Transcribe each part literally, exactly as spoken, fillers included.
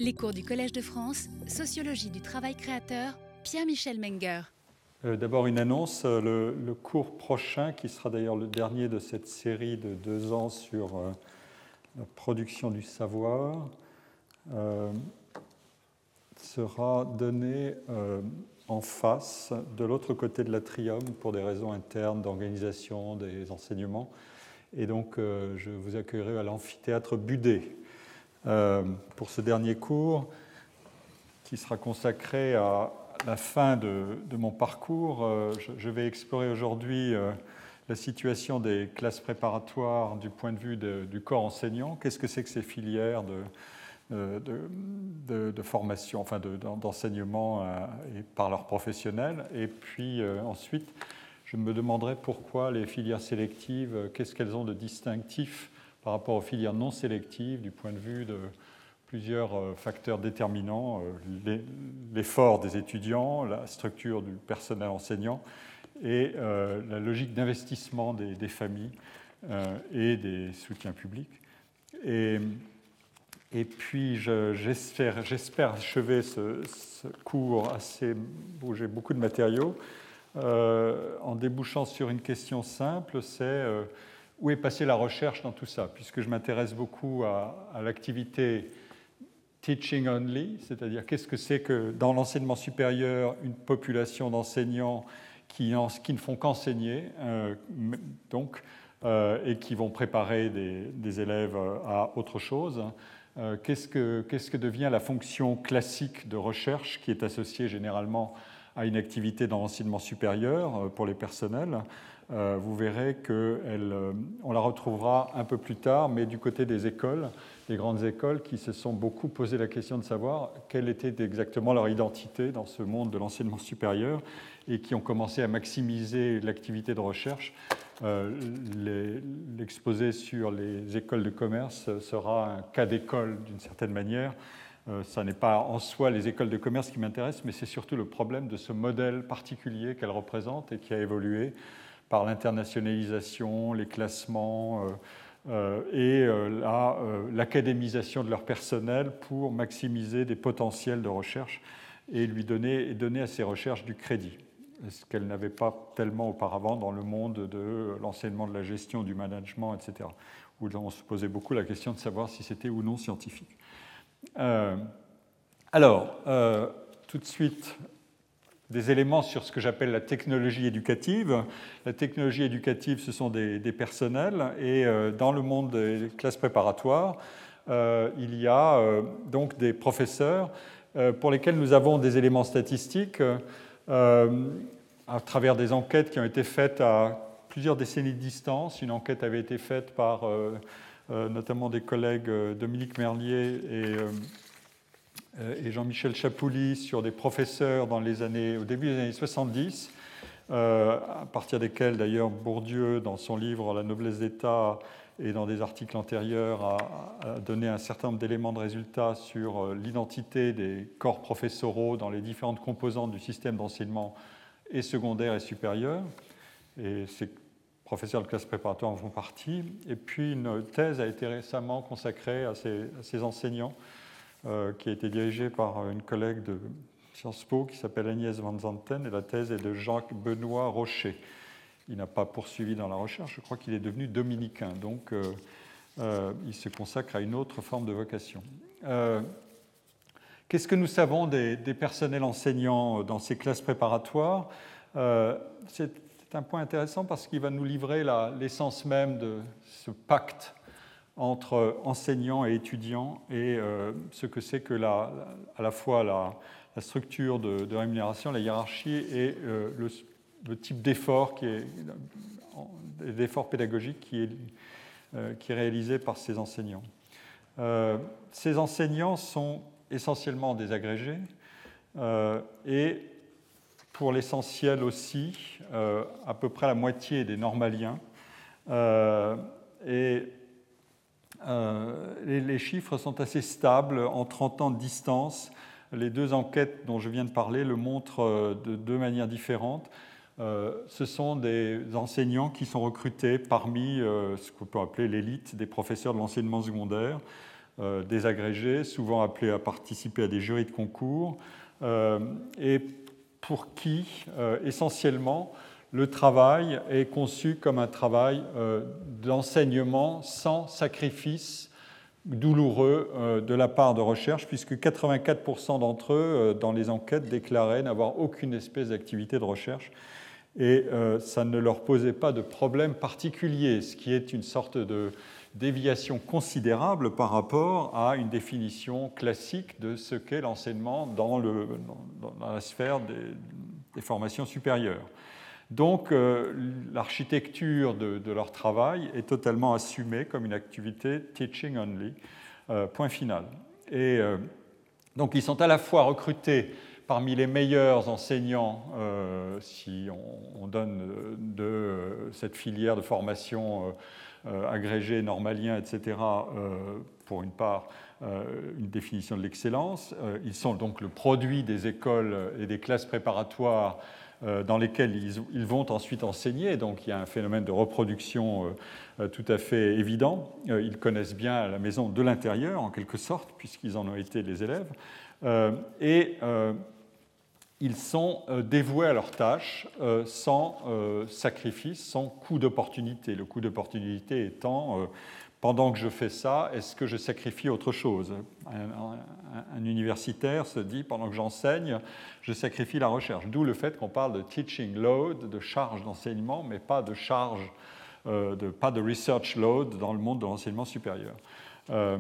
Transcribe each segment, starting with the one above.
Les cours du Collège de France, Sociologie du travail créateur, Pierre-Michel Menger. Euh, D'abord une annonce, le, le cours prochain, qui sera d'ailleurs le dernier de cette série de deux ans sur euh, la production du savoir, euh, sera donné euh, en face, de l'autre côté de l'atrium, pour des raisons internes d'organisation des enseignements. Et donc euh, je vous accueillerai à l'amphithéâtre Budet euh, pour ce dernier cours, qui sera consacré à la fin de, de mon parcours. Euh, je, je vais explorer aujourd'hui euh, la situation des classes préparatoires du point de vue de, du corps enseignant. Qu'est-ce que c'est que ces filières de, de, de, de formation, enfin de, d'enseignement euh, et par leurs professionnels. Et puis euh, ensuite, je me demanderai pourquoi les filières sélectives, euh, qu'est-ce qu'elles ont de distinctif par rapport aux filières non sélectives du point de vue de plusieurs facteurs déterminants, l'effort des étudiants, la structure du personnel enseignant et euh, la logique d'investissement des, des familles euh, et des soutiens publics. Et, et puis je, j'espère, j'espère achever ce, ce cours assez, où j'ai beaucoup de matériaux euh, en débouchant sur une question simple, c'est euh, où est passée la recherche dans tout ça, puisque je m'intéresse beaucoup à, à l'activité teaching only, c'est-à-dire qu'est-ce que c'est que dans l'enseignement supérieur, une population d'enseignants qui, en, qui ne font qu'enseigner, euh, donc, euh, et qui vont préparer des, des élèves à autre chose. Euh, qu'est-ce que, qu'est-ce que devient la fonction classique de recherche qui est associée généralement à une activité dans l'enseignement supérieur pour les personnels? Euh, vous verrez qu'on euh, la retrouvera un peu plus tard, mais du côté des écoles, des grandes écoles qui se sont beaucoup posé la question de savoir quelle était exactement leur identité dans ce monde de l'enseignement supérieur et qui ont commencé à maximiser l'activité de recherche. Euh, les, l'exposé sur les écoles de commerce sera un cas d'école d'une certaine manière. Euh, ça n'est pas en soi les écoles de commerce qui m'intéressent, mais c'est surtout le problème de ce modèle particulier qu'elles représentent et qui a évolué par l'internationalisation, les classements, euh, euh, et euh, la, euh, l'académisation de leur personnel pour maximiser des potentiels de recherche et lui donner, et donner à ces recherches du crédit, ce qu'elles n'avaient pas tellement auparavant dans le monde de l'enseignement de la gestion, du management, et cetera, où on se posait beaucoup la question de savoir si c'était ou non scientifique. Euh, alors, euh, tout de suite, des éléments sur ce que j'appelle la technologie éducative. La technologie éducative, ce sont des, des personnels, et euh, dans le monde des classes préparatoires, euh, il y a euh, donc des professeurs euh, pour lesquels nous avons des éléments statistiques euh, à travers des enquêtes qui ont été faites à plusieurs décennies de distance. Une enquête avait été faite par euh, euh, notamment des collègues euh, Dominique Merlier et euh, et Jean-Michel Chapouli sur des professeurs dans les années, au début des années soixante-dix, euh, à partir desquels d'ailleurs Bourdieu, dans son livre La noblesse d'État et dans des articles antérieurs, a, a donné un certain nombre d'éléments de résultats sur l'identité des corps professoraux dans les différentes composantes du système d'enseignement et secondaire et supérieur. Et ces professeurs de classe préparatoire en font partie. Et puis une thèse a été récemment consacrée à ces, à ces enseignants, Euh, qui a été dirigée par une collègue de Sciences Po qui s'appelle Agnès Van Zanten, et la thèse est de Jacques-Benoît Rocher. Il n'a pas poursuivi dans la recherche, je crois qu'il est devenu dominicain, donc euh, euh, il se consacre à une autre forme de vocation. Euh, qu'est-ce que nous savons des, des personnels enseignants dans ces classes préparatoires? euh, c'est, c'est un point intéressant parce qu'il va nous livrer la, l'essence même de ce pacte entre enseignants et étudiants, et euh, ce que c'est que la, la, à la fois la, la structure de, de rémunération, la hiérarchie, et euh, le, le type d'effort, qui est, d'effort pédagogique qui est, euh, qui est réalisé par ces enseignants. Euh, ces enseignants sont essentiellement des agrégés, euh, et pour l'essentiel aussi, euh, à peu près la moitié des normaliens, euh, et Euh, les, les chiffres sont assez stables en trente ans de distance. Les deux enquêtes dont je viens de parler le montrent euh, de deux manières différentes. Euh, ce sont des enseignants qui sont recrutés parmi euh, ce qu'on peut appeler l'élite des professeurs de l'enseignement secondaire. euh, des agrégés, souvent appelés à participer à des jurys de concours, euh, et pour qui, euh, essentiellement, le travail est conçu comme un travail euh, d'enseignement sans sacrifice douloureux euh, de la part de recherche, puisque quatre-vingt-quatre pour cent d'entre eux, euh, dans les enquêtes, déclaraient n'avoir aucune espèce d'activité de recherche. Et euh, ça ne leur posait pas de problème particulier, ce qui est une sorte de déviation considérable par rapport à une définition classique de ce qu'est l'enseignement dans, le, dans la sphère des, des formations supérieures. Donc, euh, l'architecture de, de leur travail est totalement assumée comme une activité teaching only, euh, point final. Et euh, donc, ils sont à la fois recrutés parmi les meilleurs enseignants, euh, si on, on donne de, de cette filière de formation euh, agrégée, normalien, et cetera, euh, pour une part, euh, une définition de l'excellence. Euh, ils sont donc le produit des écoles et des classes préparatoires dans lesquels ils vont ensuite enseigner. Donc il y a un phénomène de reproduction tout à fait évident. Ils connaissent bien la maison de l'intérieur, en quelque sorte, puisqu'ils en ont été les élèves. Et ils sont dévoués à leur tâche sans sacrifice, sans coût d'opportunité. Le coût d'opportunité étant, pendant que je fais ça, est-ce que je sacrifie autre chose ? un, un, un universitaire se dit, pendant que j'enseigne, je sacrifie la recherche. D'où le fait qu'on parle de teaching load, de charge d'enseignement, mais pas de charge, euh, de, pas de research load dans le monde de l'enseignement supérieur. Euh,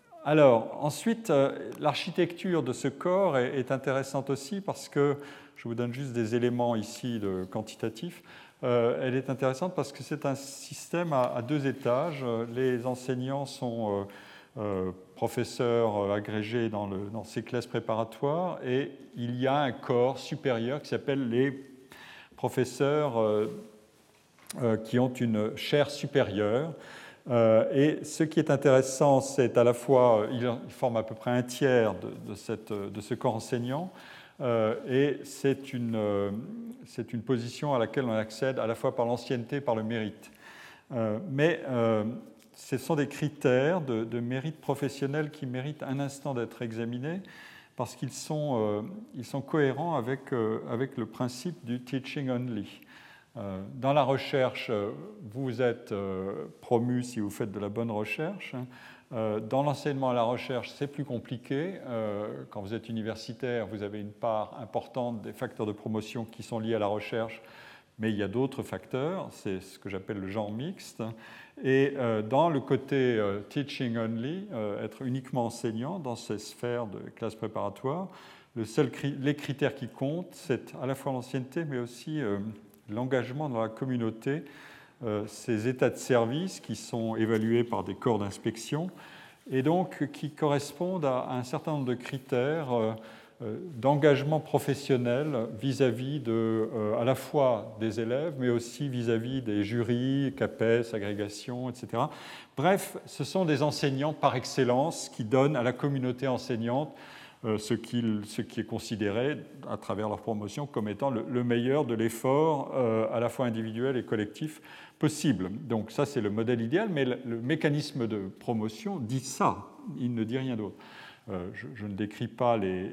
alors, ensuite, euh, l'architecture de ce corps est, est intéressante aussi parce que, je vous donne juste des éléments ici de quantitatifs, Euh, elle est intéressante parce que c'est un système à, à deux étages. Les enseignants sont euh, euh, professeurs agrégés dans, le, dans ces classes préparatoires et il y a un corps supérieur qui s'appelle les professeurs euh, euh, qui ont une chaire supérieure. Euh, et ce qui est intéressant, c'est à la fois, ils forment à peu près un tiers de, de, cette, de ce corps enseignant. Euh, et c'est une, euh, c'est une position à laquelle on accède à la fois par l'ancienneté et par le mérite. Euh, mais euh, ce sont des critères de, de mérite professionnel qui méritent un instant d'être examinés parce qu'ils sont, euh, ils sont cohérents avec, euh, avec le principe du teaching only. Euh, dans la recherche, vous êtes euh, promu si vous faites de la bonne recherche. Dans l'enseignement à la recherche, c'est plus compliqué. Quand vous êtes universitaire, vous avez une part importante des facteurs de promotion qui sont liés à la recherche, mais il y a d'autres facteurs, c'est ce que j'appelle le genre mixte. Et dans le côté teaching only, être uniquement enseignant dans ces sphères de classe préparatoire, le seul, les critères qui comptent, c'est à la fois l'ancienneté, mais aussi l'engagement dans la communauté. Euh, ces états de service qui sont évalués par des corps d'inspection et donc qui correspondent à un certain nombre de critères euh, euh, d'engagement professionnel vis-à-vis de, euh, à la fois des élèves, mais aussi vis-à-vis des jurys, CAPES, agrégation, et cetera. Bref, ce sont des enseignants par excellence qui donnent à la communauté enseignante euh, ce, qu'il, ce qui est considéré à travers leur promotion comme étant le, le meilleur de l'effort euh, à la fois individuel et collectif possible. Donc ça, c'est le modèle idéal, mais le, le mécanisme de promotion dit ça, il ne dit rien d'autre. Euh, je, je ne décris pas les,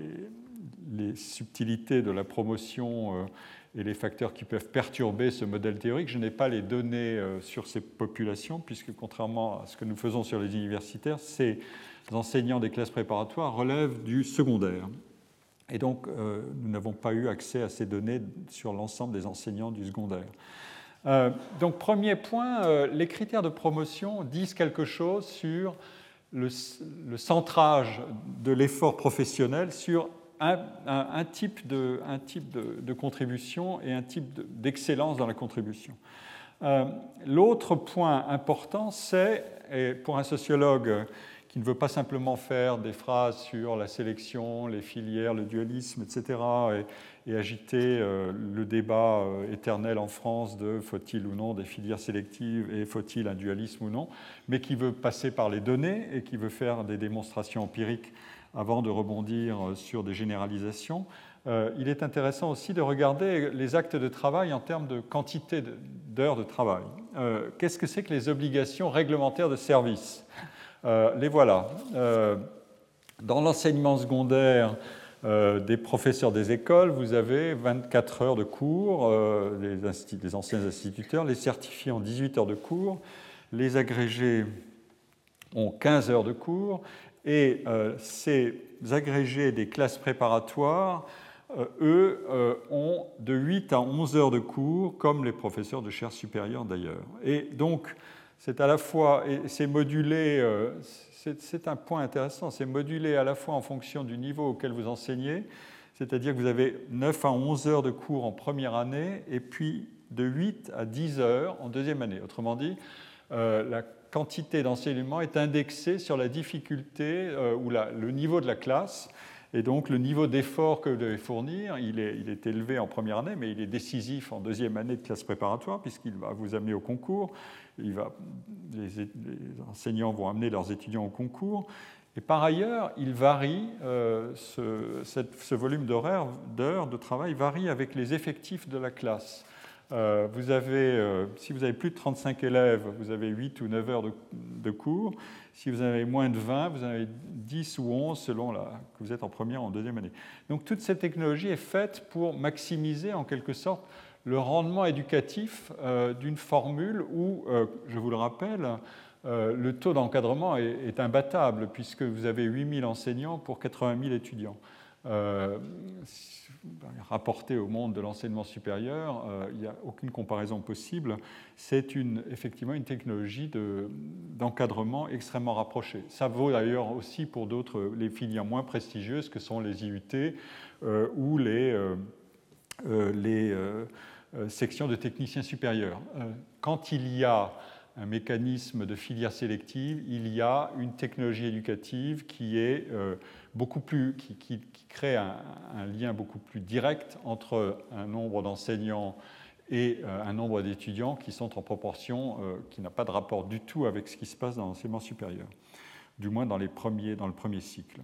les subtilités de la promotion euh, et les facteurs qui peuvent perturber ce modèle théorique. Je n'ai pas les données euh, sur ces populations, puisque contrairement à ce que nous faisons sur les universitaires, ces enseignants des classes préparatoires relèvent du secondaire. Et donc, euh, nous n'avons pas eu accès à ces données sur l'ensemble des enseignants du secondaire. Euh, donc, premier point, euh, les critères de promotion disent quelque chose sur le, le centrage de l'effort professionnel sur un, un, un type, de, un type de, de contribution et un type de, d'excellence dans la contribution. Euh, l'autre point important, c'est, et pour un sociologue qui ne veut pas simplement faire des phrases sur la sélection, les filières, le dualisme, et cetera, et, et agiter euh, le débat euh, éternel en France de faut-il ou non des filières sélectives et faut-il un dualisme ou non, mais qui veut passer par les données et qui veut faire des démonstrations empiriques avant de rebondir sur des généralisations. Euh, il est intéressant aussi de regarder les actes de travail en termes de quantité d'heures de travail. Euh, qu'est-ce que c'est que les obligations réglementaires de service ? Euh, les voilà. Euh, dans l'enseignement secondaire euh, des professeurs des écoles, vous avez vingt-quatre heures de cours, euh, les, insti- les anciens instituteurs, les certifiés ont dix-huit heures de cours, les agrégés ont quinze heures de cours, et euh, ces agrégés des classes préparatoires, euh, eux, euh, ont de huit à onze heures de cours, comme les professeurs de chaires supérieures d'ailleurs. Et donc, c'est à la fois, et c'est modulé, euh, c'est, c'est un point intéressant, c'est modulé à la fois en fonction du niveau auquel vous enseignez, c'est-à-dire que vous avez neuf à onze heures de cours en première année, et puis de huit à dix heures en deuxième année. Autrement dit, euh, la quantité d'enseignement est indexée sur la difficulté euh, ou la, le niveau de la classe. Et donc, le niveau d'effort que vous devez fournir, il est, il est élevé en première année, mais il est décisif en deuxième année de classe préparatoire, puisqu'il va vous amener au concours. Il va, les, les enseignants vont amener leurs étudiants au concours. Et par ailleurs, il varie, euh, ce, cette, ce volume d'horaire, d'heures de travail varie avec les effectifs de la classe. Euh, vous avez, euh, si vous avez plus de trente-cinq élèves, vous avez huit ou neuf heures de, de cours. Si vous avez moins de vingt, vous en avez dix ou onze selon la, que vous êtes en première ou en deuxième année. Donc toute cette technologie est faite pour maximiser en quelque sorte le rendement éducatif euh, d'une formule où, euh, je vous le rappelle, euh, le taux d'encadrement est, est imbattable puisque vous avez huit mille enseignants pour quatre-vingt mille étudiants. Euh, rapporté au monde de l'enseignement supérieur, euh, il n'y a aucune comparaison possible. C'est une, effectivement une technologie de, d'encadrement extrêmement rapprochée. Ça vaut d'ailleurs aussi pour d'autres, les filières moins prestigieuses que sont les I U T euh, ou les, euh, euh, les euh, sections de techniciens supérieurs. Euh, quand il y a un mécanisme de filière sélective, il y a une technologie éducative qui est euh, beaucoup plus, qui, qui, qui crée un, un lien beaucoup plus direct entre un nombre d'enseignants et euh, un nombre d'étudiants qui sont en proportion euh, qui n'a pas de rapport du tout avec ce qui se passe dans l'enseignement supérieur, du moins dans, les premiers, dans le premier cycle.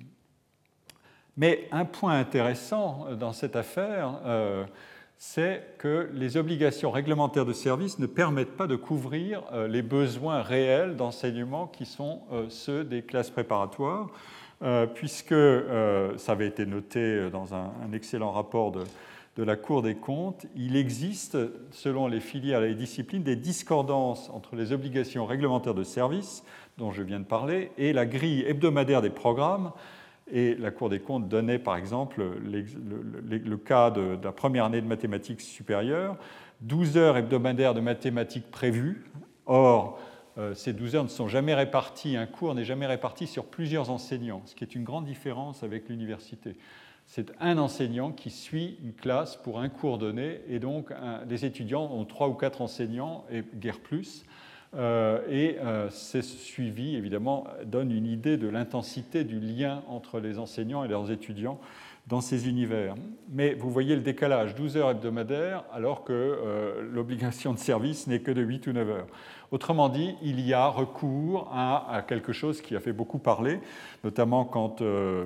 Mais un point intéressant dans cette affaire, euh, c'est que les obligations réglementaires de service ne permettent pas de couvrir euh, les besoins réels d'enseignement qui sont euh, ceux des classes préparatoires, euh, puisque euh, ça avait été noté dans un, un excellent rapport de, de la Cour des comptes, il existe, selon les filières et les disciplines, des discordances entre les obligations réglementaires de service, dont je viens de parler, et la grille hebdomadaire des programmes. Et la Cour des comptes donnait par exemple le, le, le cas de, de la première année de mathématiques supérieures, douze heures hebdomadaires de mathématiques prévues. Or, euh, ces douze heures ne sont jamais réparties, un cours n'est jamais réparti sur plusieurs enseignants, ce qui est une grande différence avec l'université. C'est un enseignant qui suit une classe pour un cours donné, et donc un, les étudiants ont trois ou quatre enseignants, et guère plus. Euh, et euh, ce suivi, évidemment, donne une idée de l'intensité du lien entre les enseignants et leurs étudiants dans ces univers. Mais vous voyez le décalage, douze heures hebdomadaires, alors que euh, l'obligation de service n'est que de huit ou neuf heures. Autrement dit, il y a recours à, à quelque chose qui a fait beaucoup parler, notamment quand euh,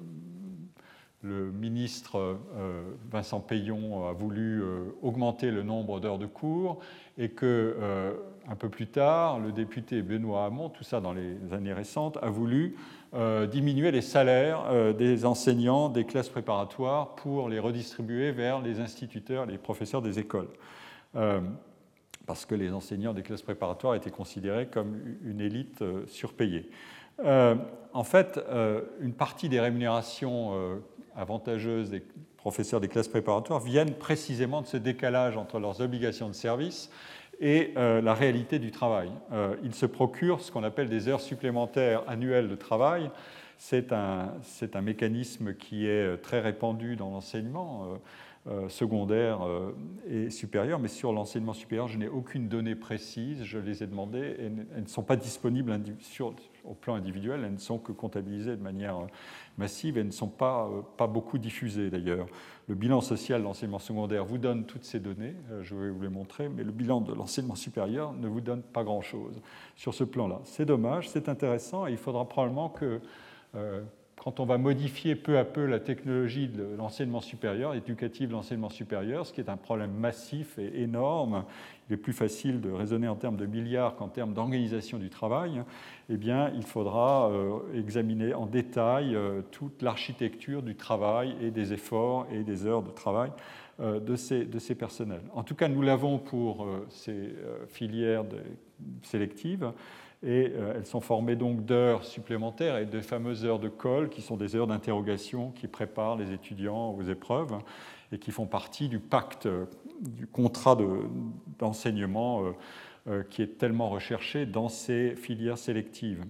le ministre euh, Vincent Peillon a voulu euh, augmenter le nombre d'heures de cours et que, euh, un peu plus tard, le député Benoît Hamon, tout ça dans les années récentes, a voulu euh, diminuer les salaires euh, des enseignants des classes préparatoires pour les redistribuer vers les instituteurs, les professeurs des écoles. Euh, parce que les enseignants des classes préparatoires étaient considérés comme une élite euh, surpayée. Euh, en fait, euh, une partie des rémunérations euh, avantageuses des professeurs des classes préparatoires viennent précisément de ce décalage entre leurs obligations de service et euh, la réalité du travail. Euh, ils se procurent ce qu'on appelle des heures supplémentaires annuelles de travail. C'est un, c'est un mécanisme qui est très répandu dans l'enseignement euh, euh, secondaire euh, et supérieur, mais sur l'enseignement supérieur, je n'ai aucune donnée précise, je les ai demandées, et elles ne sont pas disponibles sur, au plan individuel, elles ne sont que comptabilisées de manière massive et ne sont pas, euh, pas beaucoup diffusées d'ailleurs. Le bilan social de l'enseignement secondaire vous donne toutes ces données, euh, je vais vous les montrer, mais le bilan de l'enseignement supérieur ne vous donne pas grand-chose sur ce plan-là. C'est dommage, c'est intéressant, et il faudra probablement que, euh, quand on va modifier peu à peu la technologie de l'enseignement supérieur, éducative de l'enseignement supérieur, ce qui est un problème massif et énorme, il est plus facile de raisonner en termes de milliards qu'en termes d'organisation du travail, eh bien, il faudra euh, examiner en détail euh, toute l'architecture du travail et des efforts et des heures de travail euh, de, ces, de ces personnels. En tout cas, nous l'avons pour euh, ces euh, filières de, sélectives, et euh, elles sont formées donc d'heures supplémentaires et de fameuses heures de colle, qui sont des heures d'interrogation qui préparent les étudiants aux épreuves et qui font partie du pacte, du contrat de, d'enseignement euh, euh, qui est tellement recherché dans ces filières sélectives.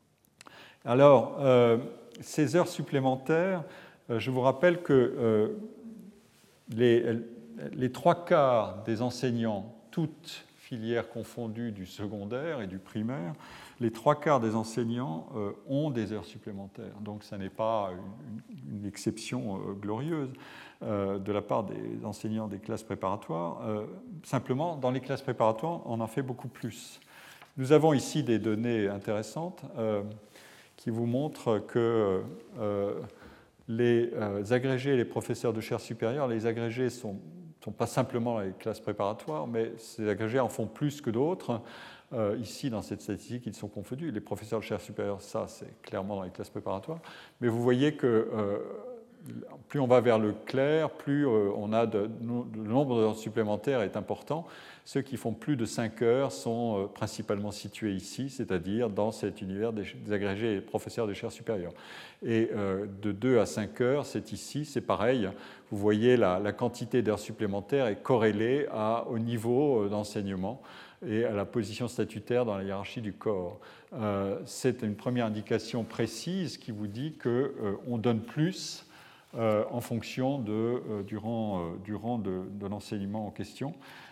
Alors, euh, ces heures supplémentaires, euh, je vous rappelle que euh, les, les trois quarts des enseignants, toutes filières confondues du secondaire et du primaire, les trois quarts des enseignants euh, ont des heures supplémentaires. Donc, ce n'est pas une, une exception euh, glorieuse euh, de la part des enseignants des classes préparatoires. Euh, simplement, dans les classes préparatoires, on en fait beaucoup plus. Nous avons ici des données intéressantes euh, qui vous montrent que euh, les euh, agrégés et les professeurs de chaires supérieures, les agrégés sont ne sont pas simplement les classes préparatoires, mais ces agrégés en font plus que d'autres. Euh, ici, dans cette statistique, ils sont confondus. Les professeurs de chaires supérieures, ça, c'est clairement dans les classes préparatoires. Mais vous voyez que euh, plus on va vers le clair, plus euh, on a de, de, le nombre d'heures supplémentaires est important. Ceux qui font plus de cinq heures sont euh, principalement situés ici, c'est-à-dire dans cet univers des, des agrégés et professeurs de chaires supérieures. Et euh, de deux à cinq heures, c'est ici, c'est pareil. Vous voyez la, la quantité d'heures supplémentaires est corrélée à, au niveau d'enseignement et à la position statutaire dans la hiérarchie du corps. Euh, c'est une première indication précise qui vous dit qu'on euh, donne plus euh, en fonction de, euh, du rang, euh, du rang de, de l'enseignement en question.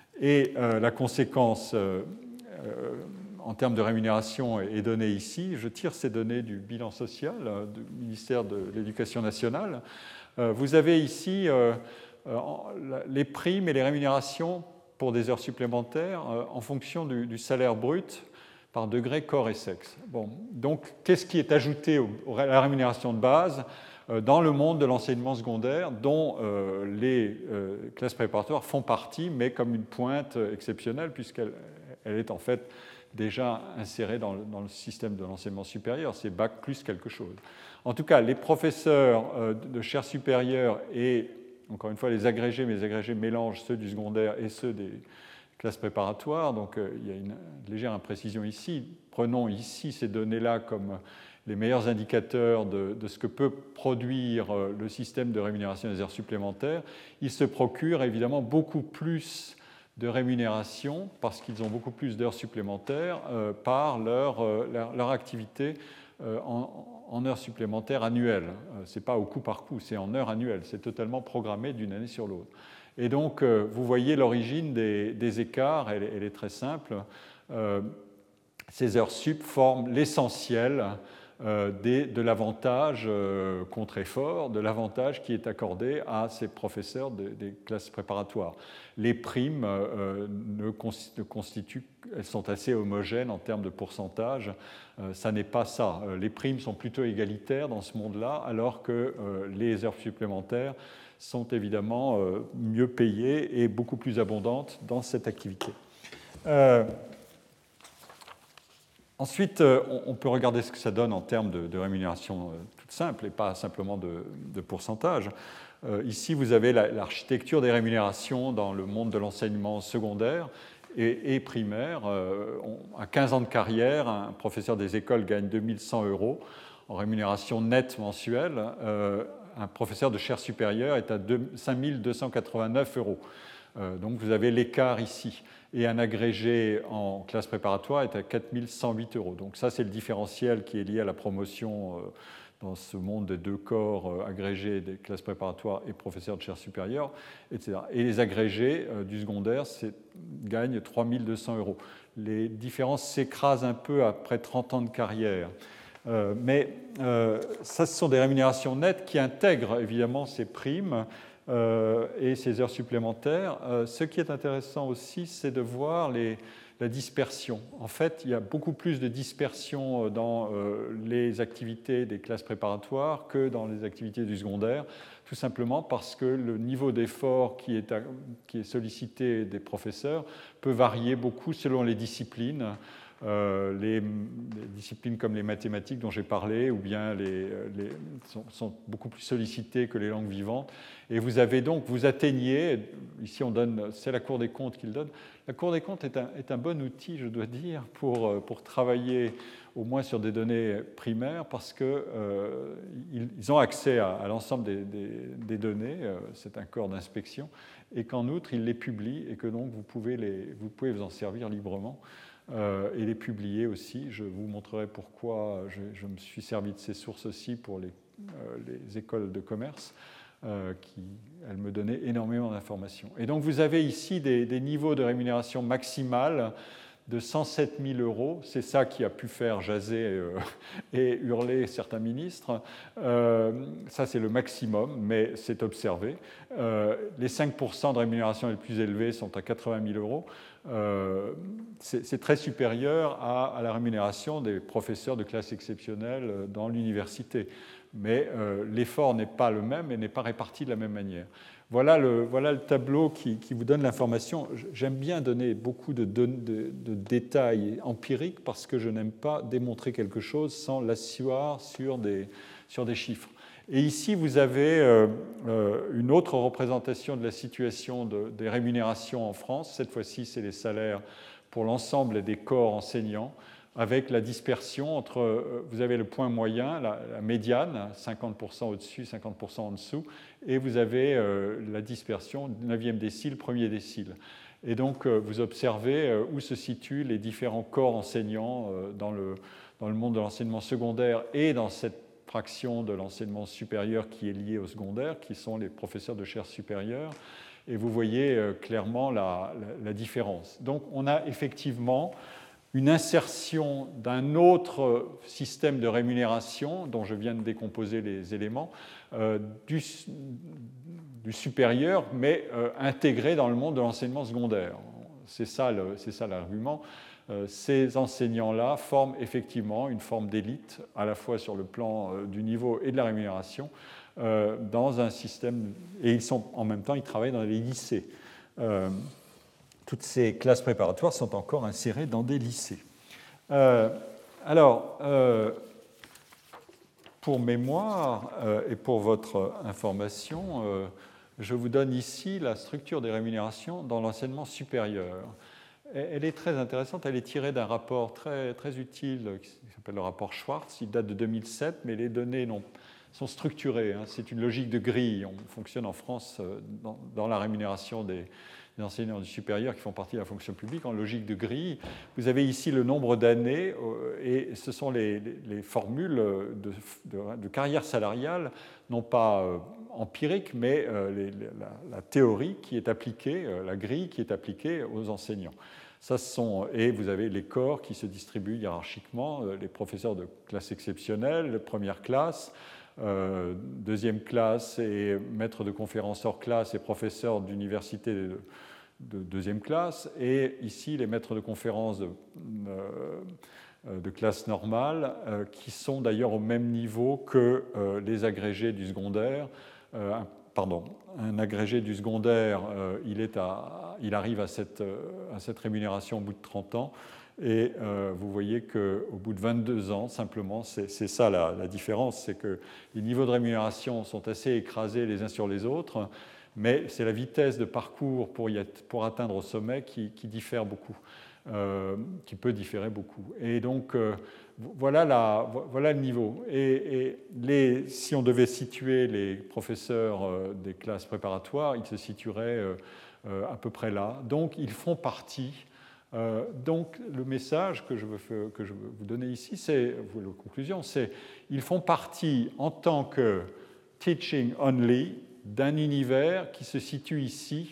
Et euh, la conséquence euh, euh, en termes de rémunération est donnée ici. Je tire ces données du bilan social euh, du ministère de l'Éducation nationale. Euh, vous avez ici euh, euh, les primes et les rémunérations pour des heures supplémentaires euh, en fonction du, du salaire brut par degré, corps et sexe. Bon, donc, qu'est-ce qui est ajouté au, à la rémunération de base euh, dans le monde de l'enseignement secondaire, dont euh, les euh, classes préparatoires font partie, mais comme une pointe exceptionnelle, puisqu'elle elle est en fait déjà insérée dans le, dans le système de l'enseignement supérieur. C'est bac plus quelque chose. En tout cas, les professeurs euh, de chaires supérieures et, encore une fois, les agrégés, mais les agrégés mélangent ceux du secondaire et ceux des classes préparatoires. Donc, euh, il y a une légère imprécision ici. Prenons ici ces données-là comme les meilleurs indicateurs de, de ce que peut produire euh, le système de rémunération des heures supplémentaires. Ils se procurent évidemment beaucoup plus de rémunération parce qu'ils ont beaucoup plus d'heures supplémentaires euh, par leur, euh, leur, leur activité euh, en, en heures supplémentaires annuelles. Euh, ce n'est pas au coup par coup, c'est en heures annuelles. C'est totalement programmé d'une année sur l'autre. Et donc, euh, vous voyez l'origine des, des écarts, elle, elle est très simple. Euh, ces heures sup forment l'essentiel euh, des, de l'avantage euh, contre-effort, de l'avantage qui est accordé à ces professeurs de, des classes préparatoires. Les primes euh, ne constituent, elles sont assez homogènes en termes de pourcentage. Euh, ça n'est pas ça. Les primes sont plutôt égalitaires dans ce monde-là, alors que euh, les heures supplémentaires sont évidemment euh, mieux payées et beaucoup plus abondantes dans cette activité. Euh, ensuite, euh, on, on peut regarder ce que ça donne en termes de, de rémunération euh, toute simple et pas simplement de, de pourcentage. Euh, ici, vous avez la, l'architecture des rémunérations dans le monde de l'enseignement secondaire et, et primaire. Euh, on, à quinze ans de carrière, un professeur des écoles gagne deux mille cent euros en rémunération nette mensuelle. Euh, un professeur de chaire supérieure est à cinq mille deux cent quatre-vingt-neuf euros. Euh, donc vous avez l'écart ici. Et un agrégé en classe préparatoire est à quatre mille cent huit euros. Donc ça, c'est le différentiel qui est lié à la promotion euh, dans ce monde des deux corps euh, agrégés des classes préparatoires et professeurs de chaire supérieure, et cetera. Et les agrégés euh, du secondaire gagnent trois mille deux cents euros. Les différences s'écrasent un peu après trente ans de carrière. Euh, mais euh, ça, ce sont des rémunérations nettes qui intègrent évidemment ces primes euh, et ces heures supplémentaires. Euh, ce qui est intéressant aussi, c'est de voir les, la dispersion. En fait, il y a beaucoup plus de dispersion dans euh, les activités des classes préparatoires que dans les activités du secondaire, tout simplement parce que le niveau d'effort qui est, qui est sollicité des professeurs peut varier beaucoup selon les disciplines. Euh, les, les disciplines comme les mathématiques dont j'ai parlé, ou bien les, les, sont, sont beaucoup plus sollicitées que les langues vivantes. Et vous avez donc, vous atteignez, ici on donne, c'est la Cour des comptes qui le donne. La Cour des comptes est un, est un bon outil, je dois dire, pour, pour travailler au moins sur des données primaires, parce qu'ils euh, ils ont accès à, à l'ensemble des, des, des données, euh, c'est un corps d'inspection, et qu'en outre, ils les publient, et que donc vous pouvez, les, vous pouvez vous en servir librement. Euh, et les publier aussi. Je vous montrerai pourquoi je, je me suis servi de ces sources aussi pour les, euh, les écoles de commerce, euh, qui elles me donnaient énormément d'informations. Et donc vous avez ici des, des niveaux de rémunération maximale de cent sept mille euros. C'est ça qui a pu faire jaser euh, et hurler certains ministres. Euh, ça, c'est le maximum, mais c'est observé. Euh, les cinq pour cent de rémunération les plus élevés sont à quatre-vingt mille euros. Euh, c'est très supérieur à, à la rémunération des professeurs de classe exceptionnelle dans l'université. Mais euh, l'effort n'est pas le même et n'est pas réparti de la même manière. Voilà le, voilà le tableau qui, qui vous donne l'information. J'aime bien donner beaucoup de, de, de, de détails empiriques parce que je n'aime pas démontrer quelque chose sans l'asseoir sur des, sur des chiffres. Et ici, vous avez euh, euh, une autre représentation de la situation de, des rémunérations en France. Cette fois-ci, c'est les salaires pour l'ensemble des corps enseignants, avec la dispersion entre, euh, vous avez le point moyen, la, la médiane, cinquante pour cent au-dessus, cinquante pour cent en dessous, et vous avez euh, la dispersion, neuvième décile, premier décile. Et donc, euh, vous observez euh, où se situent les différents corps enseignants euh, dans, le, dans le monde de l'enseignement secondaire et dans cette fraction de l'enseignement supérieur qui est liée au secondaire, qui sont les professeurs de chaires supérieures. Et vous voyez euh, clairement la, la, la différence. Donc, on a effectivement une insertion d'un autre système de rémunération, dont je viens de décomposer les éléments, euh, du, du supérieur, mais euh, intégré dans le monde de l'enseignement secondaire. C'est ça, le, c'est ça l'argument. Euh, ces enseignants-là forment effectivement une forme d'élite, à la fois sur le plan euh, du niveau et de la rémunération, euh, dans un système, et ils sont, en même temps, ils travaillent dans les lycées. Euh, Toutes ces classes préparatoires sont encore insérées dans des lycées. Euh, alors, euh, pour mémoire euh, et pour votre information, euh, je vous donne ici la structure des rémunérations dans l'enseignement supérieur. Elle est très intéressante, elle est tirée d'un rapport très, très utile qui s'appelle le rapport Schwartz. Il date de deux mille sept, mais les données non, sont structurées. Hein. C'est une logique de grille. On fonctionne en France dans, dans la rémunération des, des enseignants du supérieur qui font partie de la fonction publique en logique de grille. Vous avez ici le nombre d'années et ce sont les, les, les formules de, de, de carrière salariale, non pas euh, empiriques, mais euh, les, la, la théorie qui est appliquée, euh, la grille qui est appliquée aux enseignants. Ça, sont, et vous avez les corps qui se distribuent hiérarchiquement, euh, les professeurs de classe exceptionnelle, première classe, euh, deuxième classe et maîtres de conférences hors classe et professeurs d'université de, de deuxième classe, et ici les maîtres de conférences de, euh, de classe normale, euh, qui sont d'ailleurs au même niveau que euh, les agrégés du secondaire. Euh, Pardon, un agrégé du secondaire, euh, il, est à, il arrive à cette, euh, à cette rémunération au bout de trente ans, et euh, vous voyez qu'au bout de vingt-deux ans, simplement, c'est ça la, la différence, c'est que les niveaux de rémunération sont assez écrasés les uns sur les autres, mais c'est la vitesse de parcours pour, y être, pour atteindre au sommet qui, qui diffère beaucoup, euh, qui peut différer beaucoup. Et donc, euh, Voilà, la, voilà le niveau. Et, et les, si on devait situer les professeurs euh, des classes préparatoires, ils se situeraient euh, euh, à peu près là. Donc, ils font partie. Euh, donc, le message que je veux, que je veux vous donner ici, c'est, la conclusion, c'est ils font partie en tant que teaching only d'un univers qui se situe ici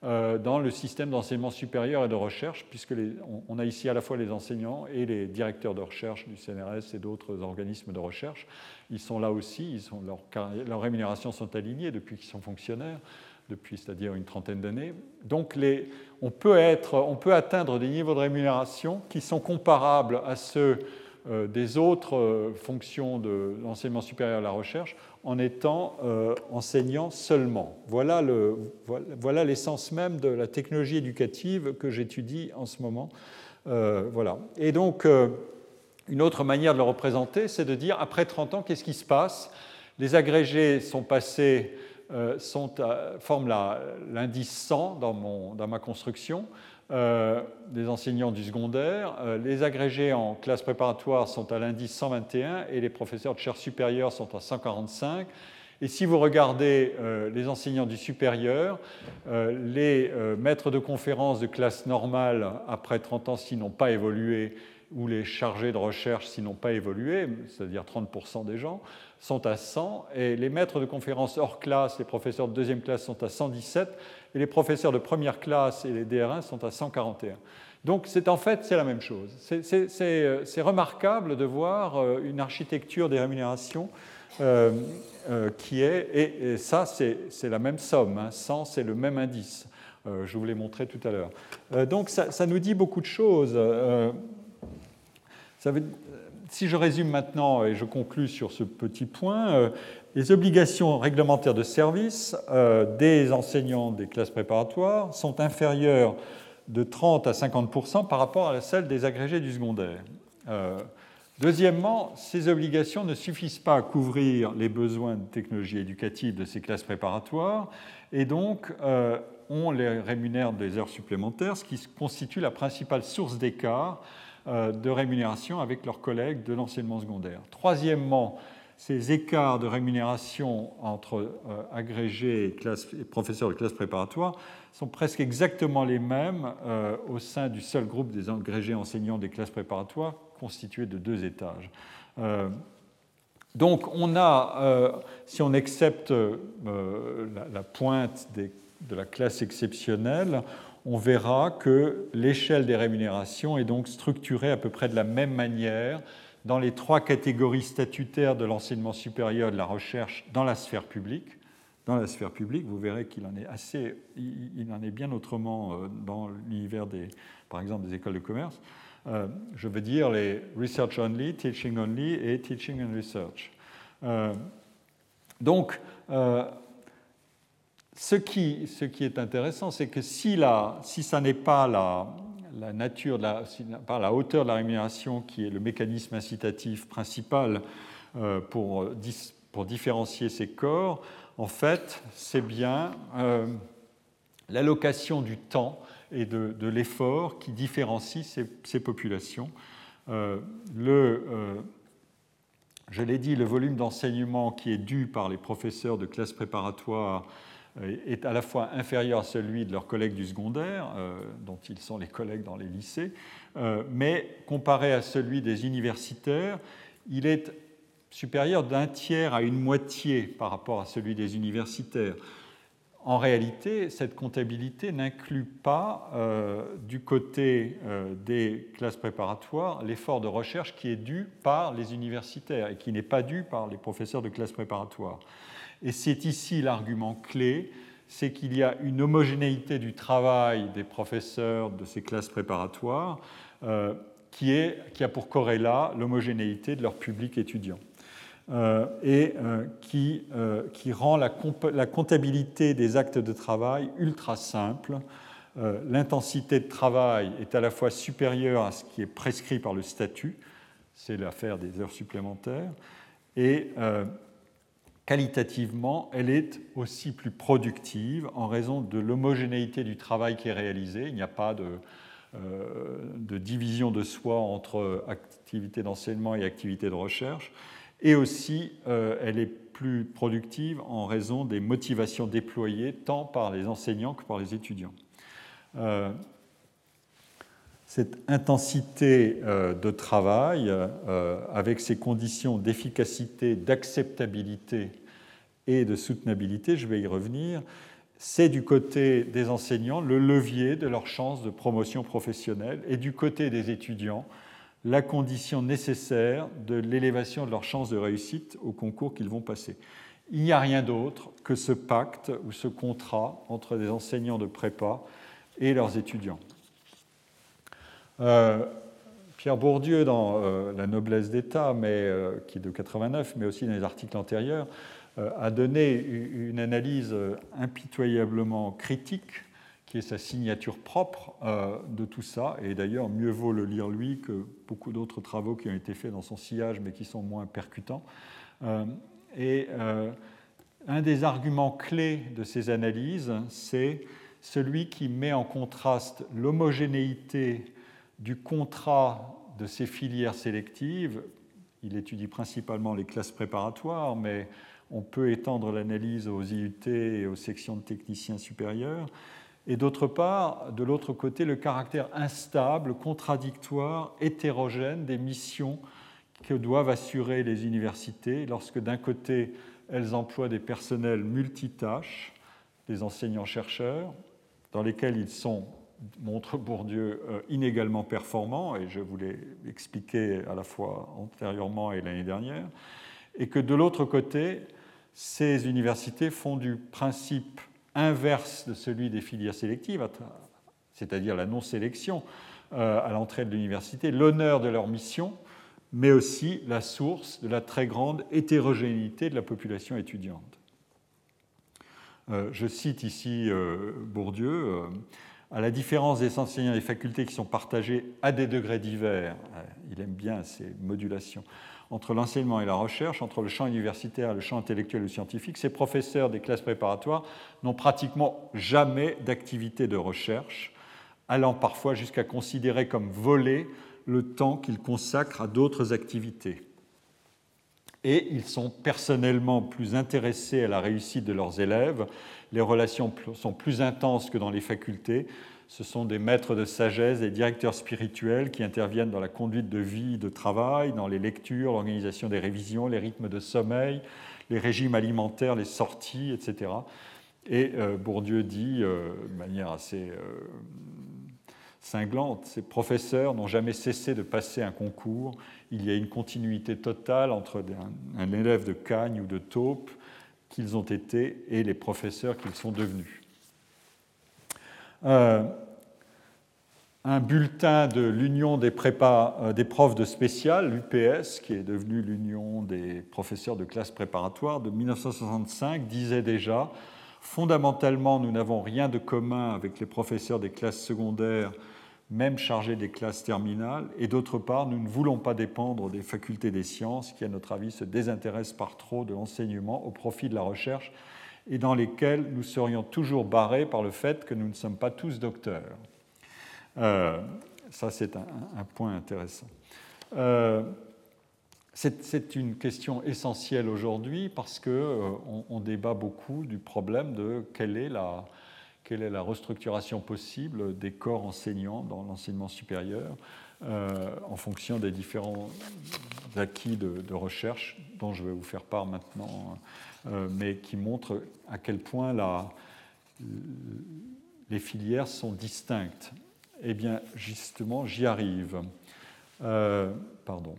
euh, dans le système d'enseignement supérieur et de recherche, puisque les, on, on a ici à la fois les enseignants et les directeurs de recherche du C N R S et d'autres organismes de recherche. Ils sont là aussi, ils sont, leur, leurs rémunérations sont alignées depuis qu'ils sont fonctionnaires, depuis, c'est-à-dire une trentaine d'années. Donc, les, on, peut être, on peut atteindre des niveaux de rémunération qui sont comparables à ceux euh, des autres euh, fonctions de l'enseignement supérieur et de la recherche en étant euh, enseignant seulement. Voilà, le, voilà, voilà l'essence même de la technologie éducative que j'étudie en ce moment. Euh, voilà. Et donc, euh, une autre manière de le représenter, c'est de dire, après trente ans, qu'est-ce qui se passe? Les agrégés sont passés... Euh, sont à, forment la, l'indice cent dans, mon, dans ma construction, euh, des enseignants du secondaire. Euh, les agrégés en classe préparatoire sont à l'indice cent vingt et un et les professeurs de chaire supérieure sont à cent quarante-cinq. Et si vous regardez euh, les enseignants du supérieur, euh, les euh, maîtres de conférences de classe normale après trente ans s'ils n'ont pas évolué, ou les chargés de recherche s'ils n'ont pas évolué, c'est-à-dire trente pour cent des gens, sont à cent, et les maîtres de conférences hors classe, les professeurs de deuxième classe sont à cent dix-sept, et les professeurs de première classe et les D R un sont à cent quarante et un. Donc c'est, en fait, c'est la même chose. C'est, c'est, c'est, c'est remarquable de voir une architecture des rémunérations euh, euh, qui est, et, et ça c'est, c'est la même somme, hein, cent c'est le même indice, euh, je vous l'ai montré tout à l'heure. Euh, donc ça, ça nous dit beaucoup de choses. Euh, ça veut, si je résume maintenant et je conclus sur ce petit point, euh, les obligations réglementaires de service euh, des enseignants des classes préparatoires sont inférieures de trente à cinquante pour cent par rapport à celles des agrégés du secondaire. Euh, deuxièmement, ces obligations ne suffisent pas à couvrir les besoins de technologie éducative de ces classes préparatoires et donc euh, on les rémunère des heures supplémentaires, ce qui constitue la principale source d'écart de rémunération avec leurs collègues de l'enseignement secondaire. Troisièmement, ces écarts de rémunération entre euh, agrégés et, classe, et professeurs de classe préparatoire sont presque exactement les mêmes euh, au sein du seul groupe des agrégés enseignants des classes préparatoires constitué de deux étages. Euh, donc on a, euh, si on accepte euh, la, la pointe des, de la classe exceptionnelle, on verra que l'échelle des rémunérations est donc structurée à peu près de la même manière dans les trois catégories statutaires de l'enseignement supérieur et de la recherche dans la sphère publique. Dans la sphère publique, vous verrez qu'il en est assez, il en est bien autrement dans l'univers des, par exemple, des écoles de commerce. Euh, je veux dire les research only, teaching only et teaching and research. Euh, donc, euh, Ce qui, ce qui est intéressant, c'est que si, la, si ça n'est pas la, la nature, de la, si, pas la hauteur de la rémunération qui est le mécanisme incitatif principal euh, pour, pour différencier ces corps, en fait, c'est bien euh, l'allocation du temps et de, de l'effort qui différencie ces, ces populations. Euh, le, euh, je l'ai dit, le volume d'enseignement qui est dû par les professeurs de classe préparatoire est à la fois inférieur à celui de leurs collègues du secondaire, euh, dont ils sont les collègues dans les lycées, euh, mais comparé à celui des universitaires, il est supérieur d'un tiers à une moitié par rapport à celui des universitaires. En réalité, cette comptabilité n'inclut pas, euh, du côté euh, des classes préparatoires, l'effort de recherche qui est dû par les universitaires et qui n'est pas dû par les professeurs de classes préparatoires. Et c'est ici l'argument clé, c'est qu'il y a une homogénéité du travail des professeurs de ces classes préparatoires euh, qui, est, qui a pour corrélat l'homogénéité de leur public étudiant euh, et euh, qui, euh, qui rend la, comp- la comptabilité des actes de travail ultra simple. Euh, l'intensité de travail est à la fois supérieure à ce qui est prescrit par le statut, c'est l'affaire des heures supplémentaires, et euh, qualitativement, elle est aussi plus productive en raison de l'homogénéité du travail qui est réalisé. Il n'y a pas de, euh, de division de soi entre activité d'enseignement et activité de recherche. Et aussi, euh, elle est plus productive en raison des motivations déployées tant par les enseignants que par les étudiants. Euh, Cette intensité de travail, avec ses conditions d'efficacité, d'acceptabilité et de soutenabilité, je vais y revenir, c'est du côté des enseignants le levier de leurs chances de promotion professionnelle et du côté des étudiants la condition nécessaire de l'élévation de leurs chances de réussite au concours qu'ils vont passer. Il n'y a rien d'autre que ce pacte ou ce contrat entre des enseignants de prépa et leurs étudiants. Euh, Pierre Bourdieu, dans euh, La noblesse d'État, mais, euh, qui est de quatre-vingt-neuf, mais aussi dans les articles antérieurs, euh, a donné une analyse impitoyablement critique, qui est sa signature propre euh, de tout ça. Et d'ailleurs, mieux vaut le lire lui que beaucoup d'autres travaux qui ont été faits dans son sillage, mais qui sont moins percutants. Euh, et euh, un des arguments clés de ces analyses, c'est celui qui met en contraste l'homogénéité du contrat de ces filières sélectives. Il étudie principalement les classes préparatoires, mais on peut étendre l'analyse aux I U T et aux sections de techniciens supérieurs. Et d'autre part, de l'autre côté, le caractère instable, contradictoire, hétérogène des missions que doivent assurer les universités lorsque, d'un côté, elles emploient des personnels multitâches, des enseignants-chercheurs, dans lesquels ils sont, montre Bourdieu, inégalement performants, et je vous l'ai expliqué à la fois antérieurement et l'année dernière, et que de l'autre côté, ces universités font du principe inverse de celui des filières sélectives, c'est-à-dire la non-sélection à l'entrée de l'université, l'honneur de leur mission, mais aussi la source de la très grande hétérogénéité de la population étudiante. Je cite ici Bourdieu. À la différence des enseignants des facultés qui sont partagés à des degrés divers, il aime bien ces modulations, entre l'enseignement et la recherche, entre le champ universitaire et le champ intellectuel ou scientifique, ces professeurs des classes préparatoires n'ont pratiquement jamais d'activité de recherche, allant parfois jusqu'à considérer comme volé le temps qu'ils consacrent à d'autres activités. Et ils sont personnellement plus intéressés à la réussite de leurs élèves. Les relations sont plus intenses que dans les facultés. Ce sont des maîtres de sagesse, des directeurs spirituels qui interviennent dans la conduite de vie et de travail, dans les lectures, l'organisation des révisions, les rythmes de sommeil, les régimes alimentaires, les sorties, et cetera. Et euh, Bourdieu dit, euh, de manière assez euh, cinglante, ces professeurs n'ont jamais cessé de passer un concours. Il y a une continuité totale entre un, un élève de Cagnes ou de Taupe qu'ils ont été et les professeurs qu'ils sont devenus. Euh, un bulletin de l'Union des, prépa, euh, des profs de spécial, l'U P S, qui est devenu l'Union des professeurs de classe préparatoire, de mille neuf cent soixante-cinq, disait déjà « Fondamentalement, nous n'avons rien de commun avec les professeurs des classes secondaires, même chargés des classes terminales, et d'autre part, nous ne voulons pas dépendre des facultés des sciences qui, à notre avis, se désintéressent par trop de l'enseignement au profit de la recherche et dans lesquelles nous serions toujours barrés par le fait que nous ne sommes pas tous docteurs. » Euh, ça, c'est un, un point intéressant. Euh, c'est, c'est une question essentielle aujourd'hui parce qu'on euh, on débat beaucoup du problème de quelle est la, quelle est la restructuration possible des corps enseignants dans l'enseignement supérieur euh, en fonction des différents acquis de, de recherche dont je vais vous faire part maintenant, euh, mais qui montrent à quel point la, les filières sont distinctes. Eh bien, justement, j'y arrive. Euh, pardon.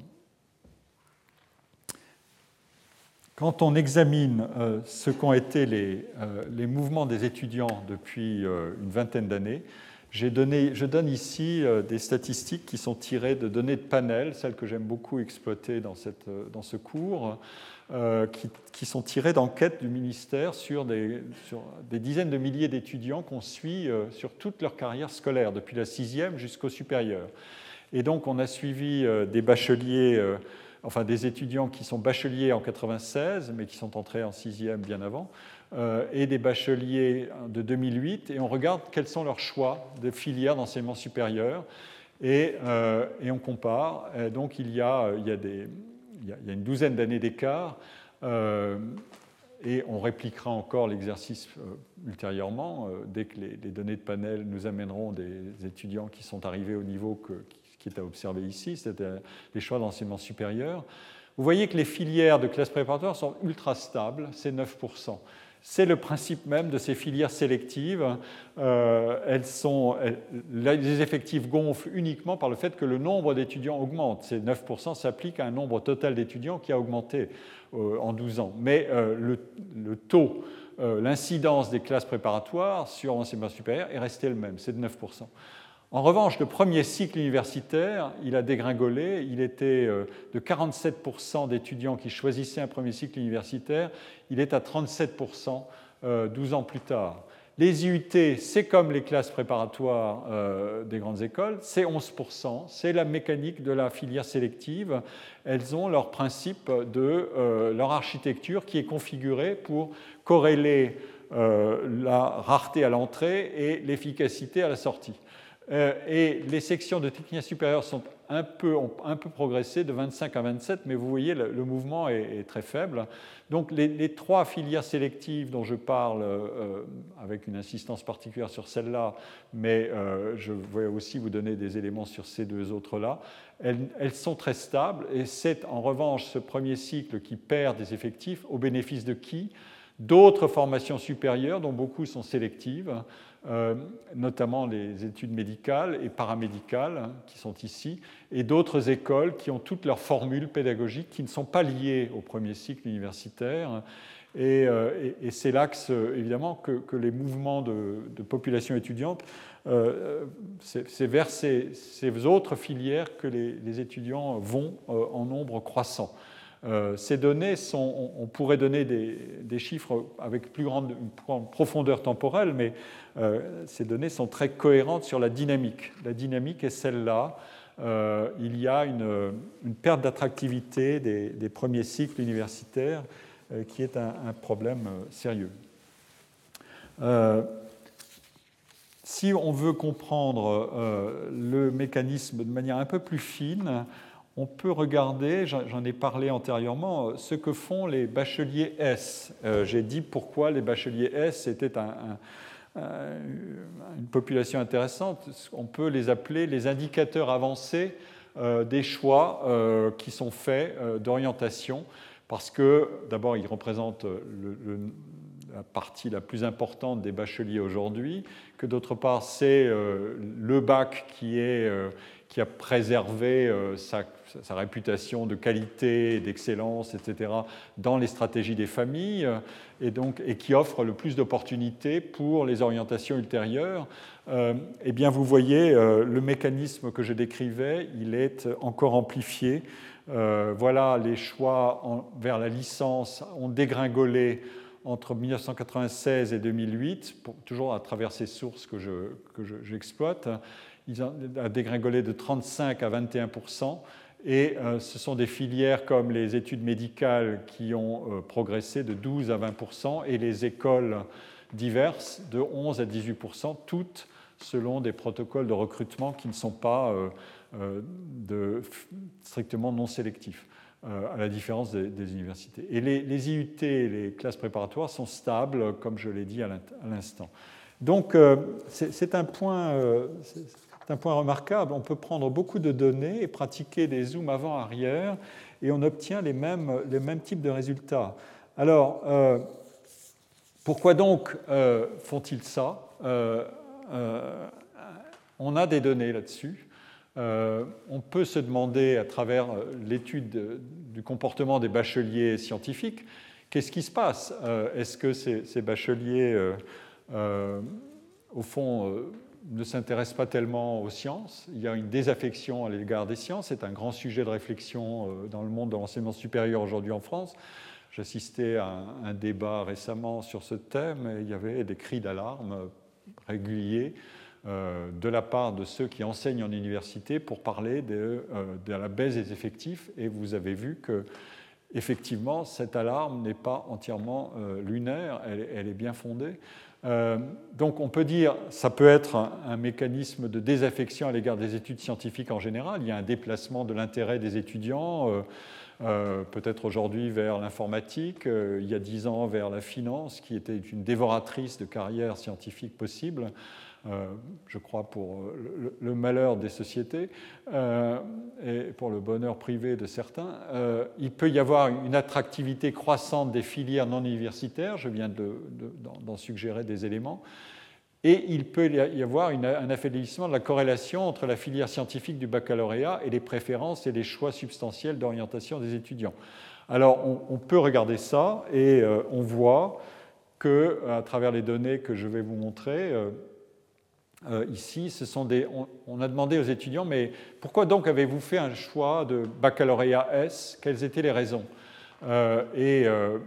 Quand on examine euh, ce qu'ont été les, euh, les mouvements des étudiants depuis euh, une vingtaine d'années, j'ai donné, je donne ici euh, des statistiques qui sont tirées de données de panel, celles que j'aime beaucoup exploiter dans, cette, dans ce cours, euh, qui, qui sont tirées d'enquêtes du ministère sur des, sur des dizaines de milliers d'étudiants qu'on suit euh, sur toute leur carrière scolaire, depuis la sixième jusqu'au supérieur. Et donc, on a suivi euh, des bacheliers, euh, enfin des étudiants qui sont bacheliers en quatre-vingt-seize, mais qui sont entrés en sixième bien avant, euh, et des bacheliers de deux mille huit, et on regarde quels sont leurs choix de filières d'enseignement supérieur, et, euh, et on compare. Et donc, il y a, il y a des... il y a une douzaine d'années d'écart, euh, et on répliquera encore l'exercice euh, ultérieurement, euh, dès que les, les données de panel nous amèneront des étudiants qui sont arrivés au niveau que, qui est à observer ici, c'est-à-dire les choix d'enseignement supérieur. Vous voyez que les filières de classe préparatoire sont ultra stables, c'est neuf pour cent. C'est le principe même de ces filières sélectives. Euh, elles sont, elles, les effectifs gonflent uniquement par le fait que le nombre d'étudiants augmente. Ces neuf pour cent s'appliquent à un nombre total d'étudiants qui a augmenté euh, en douze ans. Mais euh, le, le taux, euh, l'incidence des classes préparatoires sur l'enseignement supérieur est resté le même, c'est de neuf pour cent. En revanche, le premier cycle universitaire, il a dégringolé. Il était de quarante-sept pour cent d'étudiants qui choisissaient un premier cycle universitaire. Il est à trente-sept pour cent douze ans plus tard. Les I U T, c'est comme les classes préparatoires des grandes écoles, c'est onze pour cent. C'est la mécanique de la filière sélective. Elles ont leur principe de leur architecture qui est configurée pour corréler la rareté à l'entrée et l'efficacité à la sortie. Et les sections de technicien supérieur sont un peu, ont un peu progressé de vingt-cinq à vingt-sept, mais vous voyez, le, le mouvement est, est très faible. Donc les, les trois filières sélectives dont je parle, euh, avec une insistance particulière sur celle-là, mais euh, je vais aussi vous donner des éléments sur ces deux autres-là, elles, elles sont très stables, et c'est en revanche ce premier cycle qui perd des effectifs au bénéfice de qui? D'autres formations supérieures, dont beaucoup sont sélectives, Euh, notamment les études médicales et paramédicales hein, qui sont ici, et d'autres écoles qui ont toutes leurs formules pédagogiques qui ne sont pas liées au premier cycle universitaire. Et, euh, et, et c'est l'axe, évidemment, que, que les mouvements de, de population étudiante, euh, c'est, c'est vers ces, ces autres filières que les, les étudiants vont euh, en nombre croissant. Euh, ces données sont, on, on pourrait donner des, des chiffres avec plus grande, une plus grande profondeur temporelle, mais euh, ces données sont très cohérentes sur la dynamique. La dynamique est celle-là. Euh, il y a une, une perte d'attractivité des, des premiers cycles universitaires euh, qui est un, un problème euh, sérieux. Euh, si on veut comprendre euh, le mécanisme de manière un peu plus fine, on peut regarder, j'en ai parlé antérieurement, ce que font les bacheliers S. Euh, j'ai dit pourquoi les bacheliers S étaient un, un, un, une population intéressante. On peut les appeler les indicateurs avancés euh, des choix euh, qui sont faits euh, d'orientation, parce que d'abord ils représentent le, le, la partie la plus importante des bacheliers aujourd'hui, que d'autre part c'est euh, le bac qui est... Euh, qui a préservé euh, sa, sa réputation de qualité, d'excellence, et cetera, dans les stratégies des familles, et, donc, et qui offre le plus d'opportunités pour les orientations ultérieures. Euh, eh bien, vous voyez, euh, le mécanisme que je décrivais, il est encore amplifié. Euh, voilà, les choix en, vers la licence ont dégringolé entre mille neuf cent quatre-vingt-seize et deux mille huit, pour, toujours à travers ces sources que, je, que je, j'exploite. Il a dégringolé de trente-cinq à vingt et un pour cent, et euh, ce sont des filières comme les études médicales qui ont euh, progressé de douze à vingt pour cent, et les écoles diverses de onze à dix-huit pour cent, toutes selon des protocoles de recrutement qui ne sont pas euh, euh, de, strictement non sélectifs, euh, à la différence des, des universités. Et les, les I U T, les classes préparatoires, sont stables, comme je l'ai dit à l'instant. Donc, euh, c'est, c'est un point... Euh, c'est, C'est un point remarquable. On peut prendre beaucoup de données et pratiquer des zooms avant-arrière et on obtient les mêmes, les mêmes types de résultats. Alors, euh, pourquoi donc euh, font-ils ça euh, euh, On a des données là-dessus. Euh, on peut se demander, à travers l'étude du comportement des bacheliers scientifiques, qu'est-ce qui se passe ? euh, Est-ce que ces, ces bacheliers, euh, euh, au fond, euh, ne s'intéresse pas tellement aux sciences. Il y a une désaffection à l'égard des sciences. C'est un grand sujet de réflexion dans le monde de l'enseignement supérieur aujourd'hui en France. J'assistais à un débat récemment sur ce thème et il y avait des cris d'alarme réguliers de la part de ceux qui enseignent en université pour parler de, de la baisse des effectifs. Et vous avez vu que, effectivement, cette alarme n'est pas entièrement lunaire, elle, elle est bien fondée. Euh, donc on peut dire que ça peut être un, un mécanisme de désaffection à l'égard des études scientifiques en général. Il y a un déplacement de l'intérêt des étudiants. Euh, euh, peut-être aujourd'hui vers l'informatique, euh, il y a dix ans vers la finance, qui était une dévoratrice de carrières scientifiques possibles, euh, je crois pour le, le malheur des sociétés euh, et pour le bonheur privé de certains. Euh, il peut y avoir une attractivité croissante des filières non universitaires, je viens de, de, d'en suggérer des éléments. Et il peut y avoir une, un affaiblissement de la corrélation entre la filière scientifique du baccalauréat et les préférences et les choix substantiels d'orientation des étudiants. Alors, on, on peut regarder ça et euh, on voit que, à travers les données que je vais vous montrer euh, euh, ici, ce sont des, on, on a demandé aux étudiants, mais pourquoi donc avez-vous fait un choix de baccalauréat S? Quelles étaient les raisons? euh, Et euh,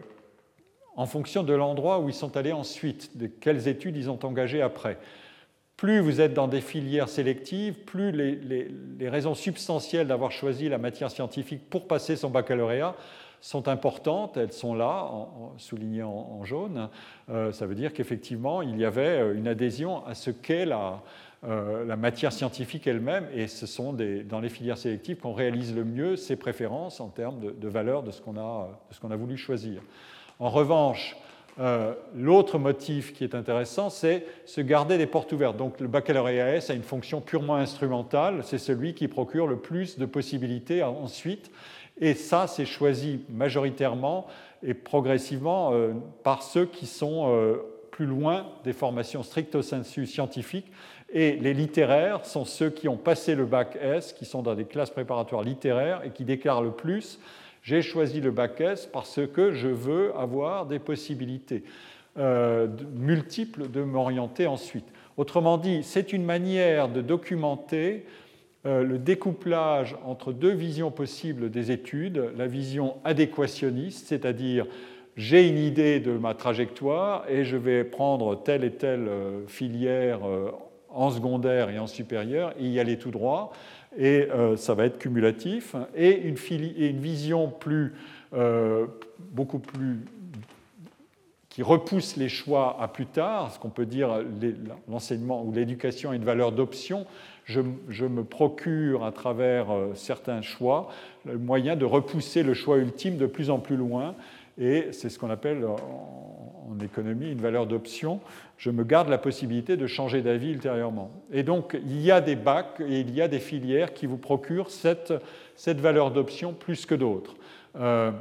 en fonction de l'endroit où ils sont allés ensuite, de quelles études ils ont engagées après. Plus vous êtes dans des filières sélectives, plus les, les, les raisons substantielles d'avoir choisi la matière scientifique pour passer son baccalauréat sont importantes, elles sont là, en, en, soulignées en, en jaune. Euh, ça veut dire qu'effectivement, il y avait une adhésion à ce qu'est la, euh, la matière scientifique elle-même, et ce sont des, dans les filières sélectives qu'on réalise le mieux ses préférences en termes de, de valeur de ce qu'on a, de ce qu'on a voulu choisir. En revanche, euh, l'autre motif qui est intéressant, c'est se garder des portes ouvertes. Donc le baccalauréat S a une fonction purement instrumentale, c'est celui qui procure le plus de possibilités ensuite, et ça, c'est choisi majoritairement et progressivement euh, par ceux qui sont euh, plus loin des formations stricto sensu scientifiques, et les littéraires sont ceux qui ont passé le bac S, qui sont dans des classes préparatoires littéraires et qui déclarent le plus: j'ai choisi le bac S parce que je veux avoir des possibilités euh, multiples de m'orienter ensuite. Autrement dit, c'est une manière de documenter euh, le découplage entre deux visions possibles des études, la vision adéquationniste, c'est-à-dire j'ai une idée de ma trajectoire et je vais prendre telle et telle euh, filière euh, en secondaire et en supérieur et y aller tout droit, et euh, ça va être cumulatif, et une, fili- et une vision plus, euh, beaucoup plus qui repousse les choix à plus tard, ce qu'on peut dire les, l'enseignement ou l'éducation a une valeur d'option. Je, je me procure à travers euh, certains choix le moyen de repousser le choix ultime de plus en plus loin, et c'est ce qu'on appelle en, en économie une valeur d'option. Je me garde la possibilité de changer d'avis ultérieurement. Et donc, il y a des bacs et il y a des filières qui vous procurent cette, cette valeur d'option plus que d'autres. Euh,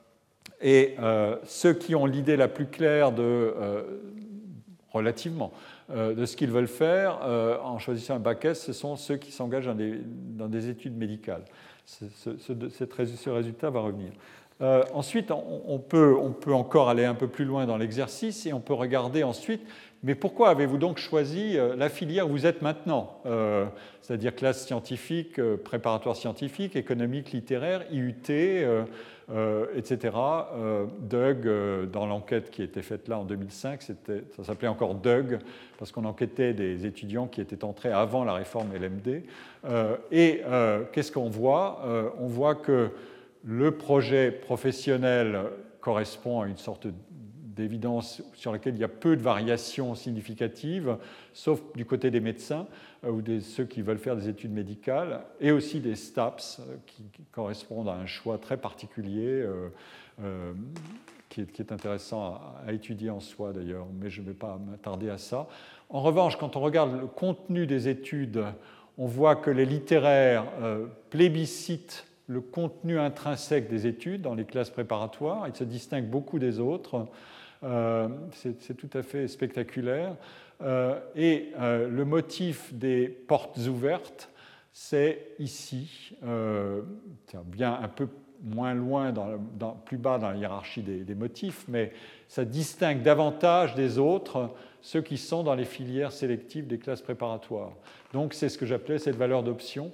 et euh, ceux qui ont l'idée la plus claire de, euh, relativement, euh, de ce qu'ils veulent faire euh, en choisissant un bac S, ce sont ceux qui s'engagent dans des, dans des études médicales. Ce, ce, ce, ce résultat va revenir. Euh, ensuite, on, on, peut, on peut encore aller un peu plus loin dans l'exercice et on peut regarder ensuite, mais pourquoi avez-vous donc choisi la filière où vous êtes maintenant, euh, c'est-à-dire classe scientifique, euh, préparatoire scientifique, économique, littéraire, I U T, euh, euh, et cetera. Euh, D U G, euh, dans l'enquête qui a été faite là en deux mille cinq, c'était, ça s'appelait encore D U G, parce qu'on enquêtait des étudiants qui étaient entrés avant la réforme L M D. Euh, et euh, qu'est-ce qu'on voit euh, On voit que le projet professionnel correspond à une sorte d'évidence sur laquelle il y a peu de variations significatives, sauf du côté des médecins ou de ceux qui veulent faire des études médicales, et aussi des STAPS qui correspondent à un choix très particulier euh, euh, qui, est, qui est intéressant à, à étudier en soi d'ailleurs, mais je ne vais pas m'attarder à ça. En revanche, quand on regarde le contenu des études, on voit que les littéraires euh, plébiscitent le contenu intrinsèque des études dans les classes préparatoires. Ils se distinguent beaucoup des autres. Euh, c'est, c'est tout à fait spectaculaire. Euh, et euh, le motif des portes ouvertes, c'est ici, euh, c'est bien un peu moins loin, dans, dans, plus bas dans la hiérarchie des, des motifs, mais ça distingue davantage des autres ceux qui sont dans les filières sélectives des classes préparatoires. Donc c'est ce que j'appelais cette valeur d'option.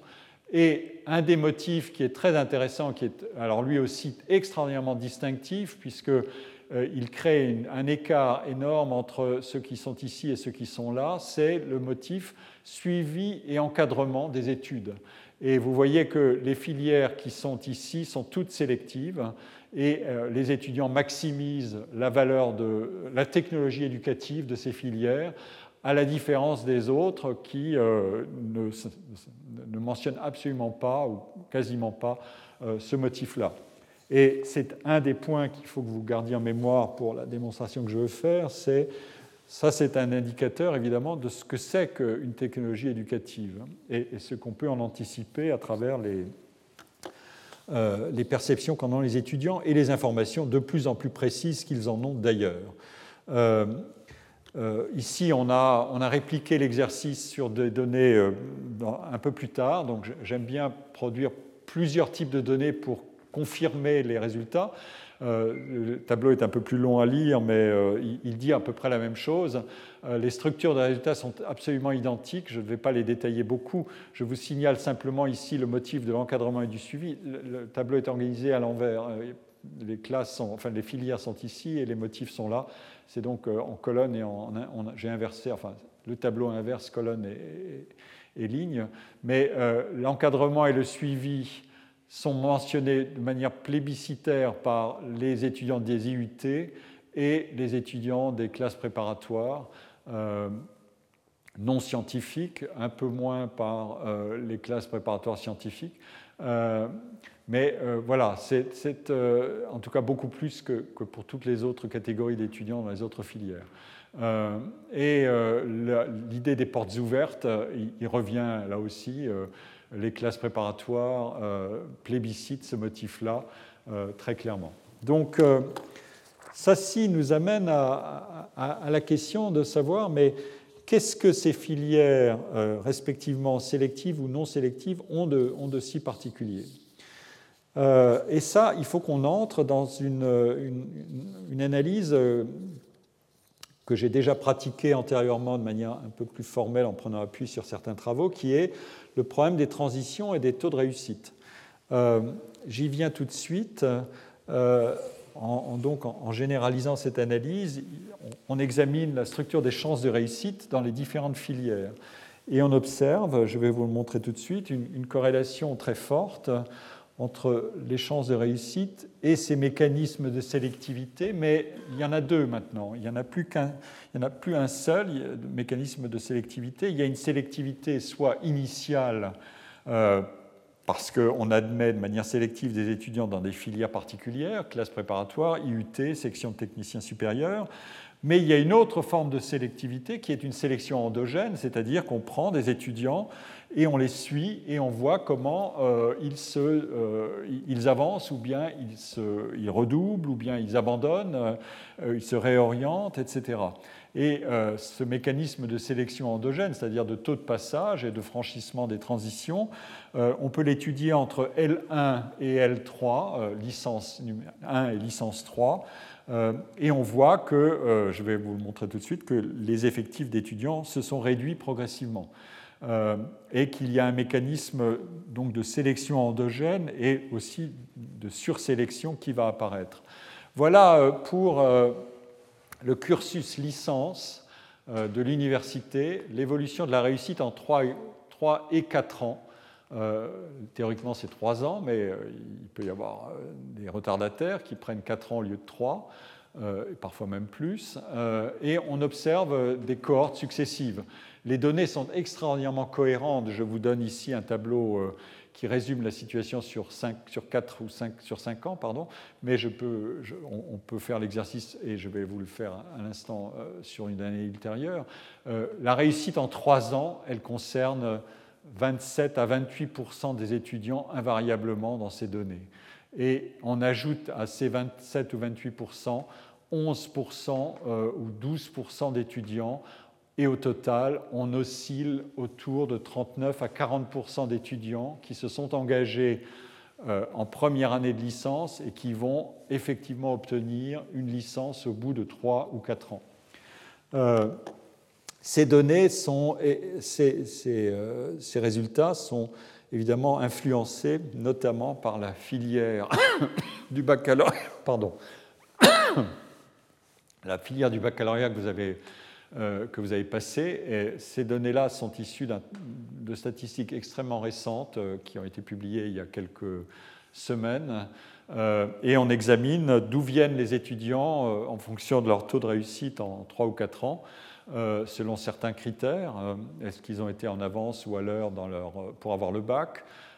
Et un des motifs qui est très intéressant, qui est alors lui aussi extraordinairement distinctif, puisqu'il euh, crée une, un écart énorme entre ceux qui sont ici et ceux qui sont là, c'est le motif suivi et encadrement des études. Et vous voyez que les filières qui sont ici sont toutes sélectives, et euh, les étudiants maximisent la valeur de la technologie éducative de ces filières, à la différence des autres qui euh, ne, ne mentionnent absolument pas ou quasiment pas euh, ce motif-là. Et c'est un des points qu'il faut que vous gardiez en mémoire pour la démonstration que je veux faire, c'est ça, c'est un indicateur évidemment de ce que c'est qu'une technologie éducative et, et ce qu'on peut en anticiper à travers les, euh, les perceptions qu'en ont les étudiants et les informations de plus en plus précises qu'ils en ont d'ailleurs. Euh, euh, ici, on a, on a répliqué l'exercice sur des données euh, un peu plus tard, donc j'aime bien produire plusieurs types de données pour confirmer les résultats. Euh, le tableau est un peu plus long à lire, mais euh, il, il dit à peu près la même chose. Euh, les structures des résultats sont absolument identiques. Je ne vais pas les détailler beaucoup. Je vous signale simplement ici le motif de l'encadrement et du suivi. Le, le tableau est organisé à l'envers. Les classes sont, enfin, les filières sont ici et les motifs sont là. C'est donc euh, en colonne et en, en, en j'ai inversé. Enfin, le tableau inverse colonne et, et, et ligne. Mais euh, l'encadrement et le suivi sont mentionnés de manière plébiscitaire par les étudiants des I U T et les étudiants des classes préparatoires euh, non scientifiques, un peu moins par euh, les classes préparatoires scientifiques. Euh, mais euh, voilà, c'est, c'est euh, en tout cas beaucoup plus que, que pour toutes les autres catégories d'étudiants dans les autres filières. Euh, et euh, l'idée des portes ouvertes, il, il revient là aussi. Euh, les classes préparatoires euh, plébiscitent ce motif-là euh, très clairement. Donc, euh, ça ci nous amène à, à, à la question de savoir, mais qu'est-ce que ces filières, euh, respectivement sélectives ou non sélectives, ont de, ont de si particulier ? euh, Et ça, il faut qu'on entre dans une, une, une analyse euh, que j'ai déjà pratiquée antérieurement de manière un peu plus formelle en prenant appui sur certains travaux, qui est le problème des transitions et des taux de réussite. Euh, j'y viens tout de suite. Euh, en, en, donc, en, en généralisant cette analyse, on, on examine la structure des chances de réussite dans les différentes filières. Et on observe, je vais vous le montrer tout de suite, une, une corrélation très forte entre les chances de réussite et ces mécanismes de sélectivité, mais il y en a deux maintenant. Il n'y en a plus qu'un, il n'y en a plus un seul mécanisme de sélectivité. Il y a une sélectivité soit initiale, euh, parce qu'on admet de manière sélective des étudiants dans des filières particulières, classes préparatoires, I U T, section de techniciens supérieurs, mais il y a une autre forme de sélectivité qui est une sélection endogène, c'est-à-dire qu'on prend des étudiants et on les suit et on voit comment euh, ils, se, euh, ils avancent ou bien ils, se, ils redoublent ou bien ils abandonnent, euh, ils se réorientent, et cetera. Et euh, ce mécanisme de sélection endogène, c'est-à-dire de taux de passage et de franchissement des transitions, euh, on peut l'étudier entre L un et L trois, euh, licence un et licence trois, euh, et on voit que, euh, je vais vous le montrer tout de suite, que les effectifs d'étudiants se sont réduits progressivement. Euh, et qu'il y a un mécanisme donc, de sélection endogène et aussi de sursélection qui va apparaître. Voilà euh, pour euh, le cursus licence euh, de l'université, l'évolution de la réussite en trois et quatre ans. Euh, théoriquement, c'est trois ans, mais euh, il peut y avoir euh, des retardataires qui prennent quatre ans au lieu de trois, euh, et parfois même plus, euh, et on observe des cohortes successives. Les données sont extraordinairement cohérentes. Je vous donne ici un tableau euh, qui résume la situation sur, cinq, sur quatre ou cinq, sur cinq ans, pardon, mais je peux, je, on, on peut faire l'exercice, et je vais vous le faire à l'instant euh, sur une année ultérieure. Euh, la réussite en trois ans, elle concerne vingt-sept à vingt-huit pour cent des étudiants invariablement dans ces données. Et on ajoute à ces vingt-sept ou vingt-huit pour cent onze pour cent euh, ou douze pour cent d'étudiants. Et au total, on oscille autour de trente-neuf à quarante pour cent d'étudiants qui se sont engagés euh, en première année de licence et qui vont effectivement obtenir une licence au bout de trois ou quatre ans. Euh, ces données sont, et ces, ces, euh, ces résultats sont évidemment influencés notamment par la filière du baccalauréat, pardon, la filière du baccalauréat que vous avez Euh, que vous avez passé. Et ces données-là sont issues de statistiques extrêmement récentes euh, qui ont été publiées il y a quelques semaines. Euh, et on examine d'où viennent les étudiants euh, en fonction de leur taux de réussite en trois ou quatre ans, euh, selon certains critères. Euh, est-ce qu'ils ont été en avance ou à l'heure dans leur, pour avoir le bac ?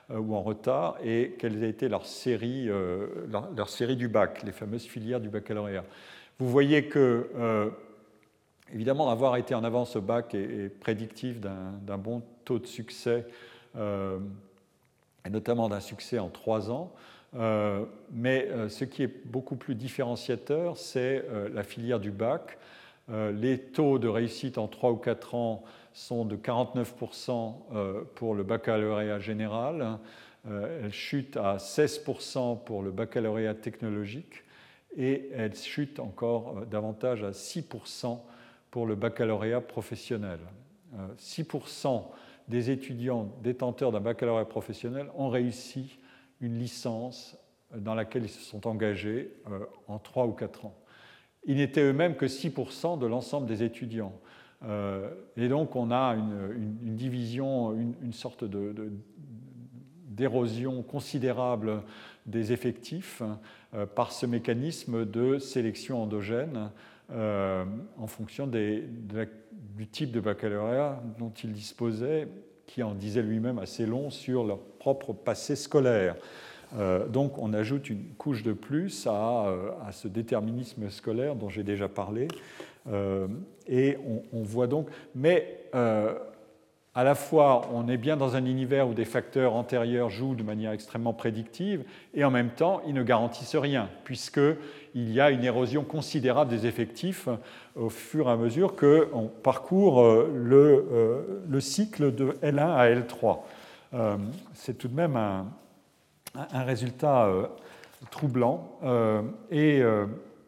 euh, ou en retard, et quelle a été leur série, euh, leur, leur série du bac, les fameuses filières du baccalauréat. Vous voyez que, euh, évidemment, avoir été en avance au bac est, est prédictif d'un, d'un bon taux de succès, euh, et notamment d'un succès en trois ans. Euh, mais euh, ce qui est beaucoup plus différenciateur, c'est euh, la filière du bac. Euh, les taux de réussite en trois ou quatre ans sont de quarante-neuf pour cent euh, pour le baccalauréat général. Euh, elle chute à seize pour cent pour le baccalauréat technologique et elle chute encore euh, davantage à six pour cent pour le baccalauréat professionnel. Euh, six pour cent des étudiants détenteurs d'un baccalauréat professionnel ont réussi une licence dans laquelle ils se sont engagés euh, en trois ou quatre ans. Ils n'étaient eux-mêmes que six pour cent de l'ensemble des étudiants. Euh, et donc on a une, une, une division, une, une sorte de, de, d'érosion considérable des effectifs euh, par ce mécanisme de sélection endogène euh, en fonction des, de la, du type de baccalauréat dont ils disposaient, qui en disait lui-même assez long sur leur propre passé scolaire. Euh, donc on ajoute une couche de plus à, euh, à ce déterminisme scolaire dont j'ai déjà parlé. Euh, et on, on voit donc... Mais euh, à la fois, on est bien dans un univers où des facteurs antérieurs jouent de manière extrêmement prédictive, et en même temps, ils ne garantissent rien, puisqu'il y a une érosion considérable des effectifs au fur et à mesure qu'on parcourt le, euh, le cycle de L un à L trois. Euh, c'est tout de même un, un résultat euh, troublant. Euh, et euh,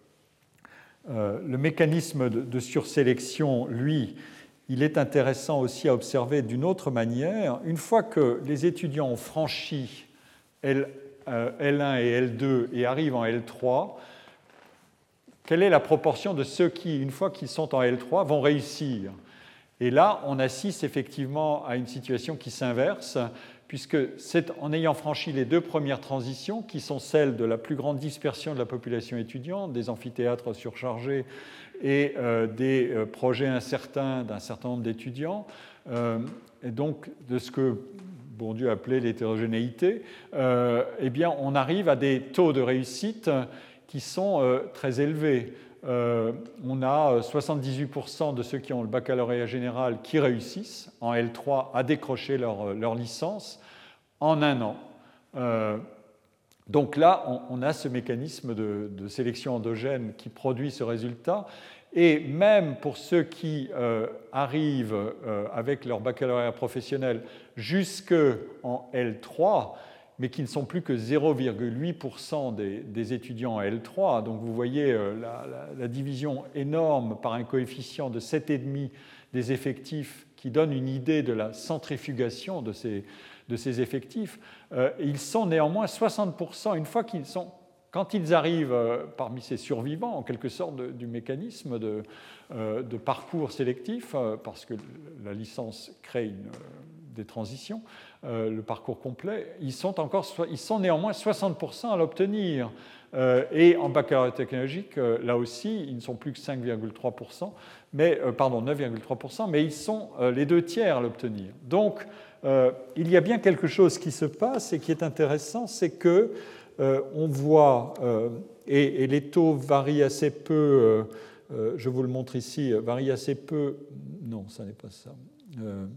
euh, le mécanisme de, de sursélection, lui, il est intéressant aussi à observer d'une autre manière. Une fois que les étudiants ont franchi L, euh, L un et L deux et arrivent en L trois, quelle est la proportion de ceux qui, une fois qu'ils sont en L trois, vont réussir? Et là, on assiste effectivement à une situation qui s'inverse, puisque c'est en ayant franchi les deux premières transitions, qui sont celles de la plus grande dispersion de la population étudiante, des amphithéâtres surchargés et euh, des euh, projets incertains d'un certain nombre d'étudiants, euh, et donc de ce que Bourdieu appelait l'hétérogénéité, euh, eh bien, on arrive à des taux de réussite qui sont euh, très élevés. Euh, on a soixante-dix-huit pour cent de ceux qui ont le baccalauréat général qui réussissent en L trois à décrocher leur, leur licence en un an. Euh, donc là, on, on a ce mécanisme de, de sélection endogène qui produit ce résultat. Et même pour ceux qui euh, arrivent euh, avec leur baccalauréat professionnel jusqu'en L trois, mais qui ne sont plus que zéro virgule huit pour cent des, des étudiants en L trois. Donc vous voyez euh, la, la, la division énorme par un coefficient de sept virgule cinq des effectifs qui donne une idée de la centrifugation de ces, de ces effectifs. Euh, ils sont néanmoins soixante pour cent, une fois qu'ils sont, quand ils arrivent euh, parmi ces survivants, en quelque sorte de, du mécanisme de, euh, de parcours sélectif, euh, parce que la licence crée une, des transitions, euh, le parcours complet, ils sont, encore, ils sont néanmoins soixante pour cent à l'obtenir. Euh, et en baccalauréat technologique, euh, là aussi, ils ne sont plus que cinq virgule trois pour cent, mais, euh, pardon, neuf virgule trois pour cent, mais ils sont euh, les deux tiers à l'obtenir. Donc, euh, il y a bien quelque chose qui se passe et qui est intéressant, c'est que euh, on voit, euh, et, et les taux varient assez peu, euh, euh, je vous le montre ici, varient assez peu, non, ça n'est pas ça. Euh,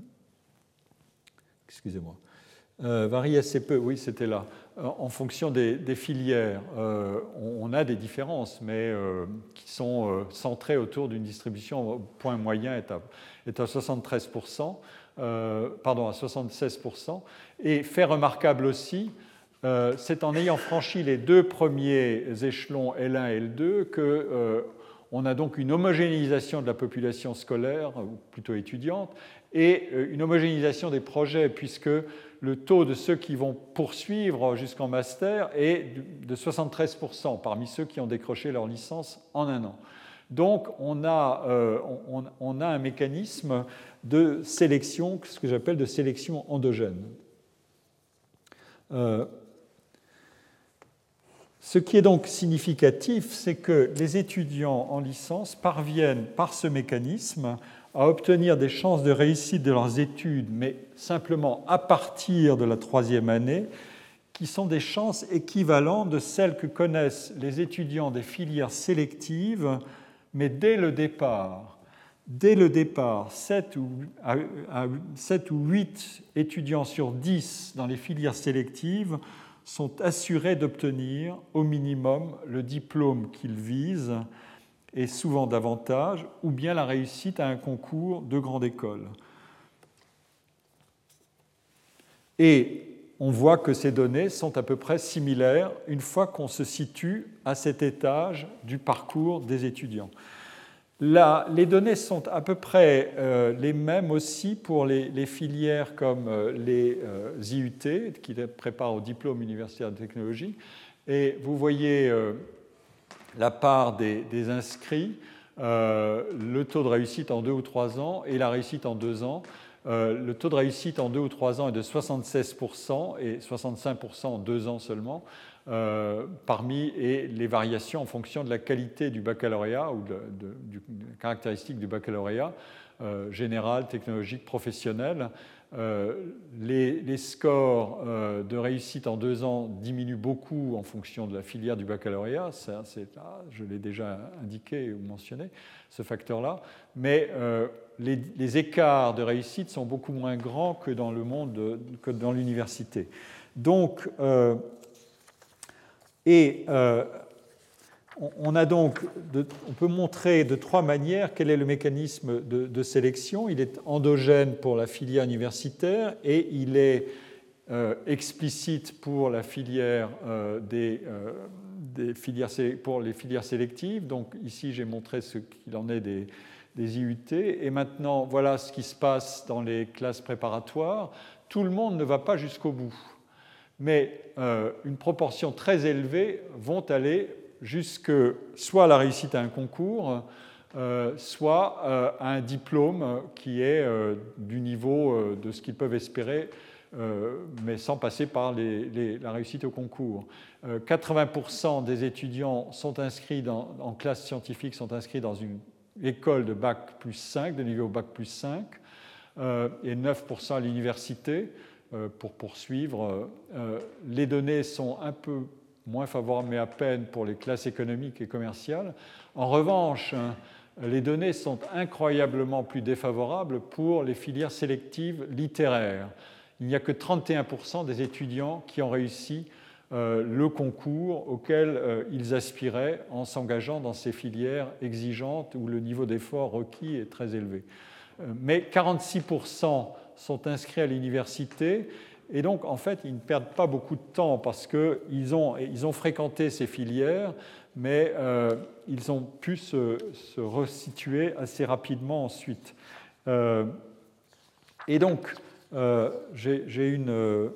Excusez-moi. Euh, varie assez peu, oui, c'était là. En fonction des, des filières, euh, on, on a des différences, mais euh, qui sont euh, centrées autour d'une distribution au point moyen est à, est à soixante-treize pour cent, euh, pardon, à soixante-seize pour cent. Et fait remarquable aussi, euh, c'est en ayant franchi les deux premiers échelons L un et L deux que euh, on a donc une homogénéisation de la population scolaire, ou plutôt étudiante, et une homogénéisation des projets, puisque le taux de ceux qui vont poursuivre jusqu'en master est de soixante-treize pour cent parmi ceux qui ont décroché leur licence en un an. Donc on a, euh, on, on a un mécanisme de sélection, ce que j'appelle de sélection endogène. Euh, Ce qui est donc significatif, c'est que les étudiants en licence parviennent par ce mécanisme à obtenir des chances de réussite de leurs études, mais simplement à partir de la troisième année, qui sont des chances équivalentes de celles que connaissent les étudiants des filières sélectives, mais dès le départ. Dès le départ, sept ou huit étudiants sur dix dans les filières sélectives sont assurés d'obtenir au minimum le diplôme qu'ils visent, et souvent davantage, ou bien la réussite à un concours de grande école. Et on voit que ces données sont à peu près similaires une fois qu'on se situe à cet étage du parcours des étudiants. Là, les données sont à peu près euh, les mêmes aussi pour les, les filières comme euh, les euh, I U T, qui les préparent au diplôme universitaire de technologie. Et vous voyez euh, la part des, des inscrits, euh, le taux de réussite en deux ou trois ans et la réussite en deux ans. Euh, le taux de réussite en deux ou trois ans est de soixante-seize pour cent et soixante-cinq pour cent en deux ans seulement. Euh, parmi et les variations en fonction de la qualité du baccalauréat ou de, de, de, de caractéristiques du baccalauréat euh, général, technologique, professionnel. Euh, les, les scores euh, de réussite en deux ans diminuent beaucoup en fonction de la filière du baccalauréat. Ça, c'est, ah, je l'ai déjà indiqué ou mentionné, ce facteur-là. Mais euh, les, les écarts de réussite sont beaucoup moins grands que dans le monde, de, que dans l'université. Donc, euh, Et euh, on, a donc de, on peut montrer de trois manières quel est le mécanisme de, de sélection. Il est endogène pour la filière universitaire et il est euh, explicite pour la filière euh, des, euh, des filières, pour les filières sélectives. Donc ici, j'ai montré ce qu'il en est des, des I U T. Et maintenant, voilà ce qui se passe dans les classes préparatoires. Tout le monde ne va pas jusqu'au bout. Mais euh, une proportion très élevée vont aller jusque soit à la réussite à un concours, euh, soit euh, à un diplôme qui est euh, du niveau euh, de ce qu'ils peuvent espérer, euh, mais sans passer par les, les, la réussite au concours. Euh, quatre-vingts pour cent des étudiants sont inscrits dans, en classe scientifique sont inscrits dans une école de bac plus cinq, de niveau bac plus cinq, euh, et neuf pour cent à l'université. Pour poursuivre, les données sont un peu moins favorables, mais à peine pour les classes économiques et commerciales. En revanche, les données sont incroyablement plus défavorables pour les filières sélectives littéraires. Il n'y a que trente et un pour cent des étudiants qui ont réussi le concours auquel ils aspiraient en s'engageant dans ces filières exigeantes où le niveau d'effort requis est très élevé. Mais quarante-six pour cent sont inscrits à l'université et donc en fait ils ne perdent pas beaucoup de temps parce qu'ils ont, ils ont fréquenté ces filières mais euh, ils ont pu se, se resituer assez rapidement ensuite. Euh, et donc euh, j'ai, j'ai, une,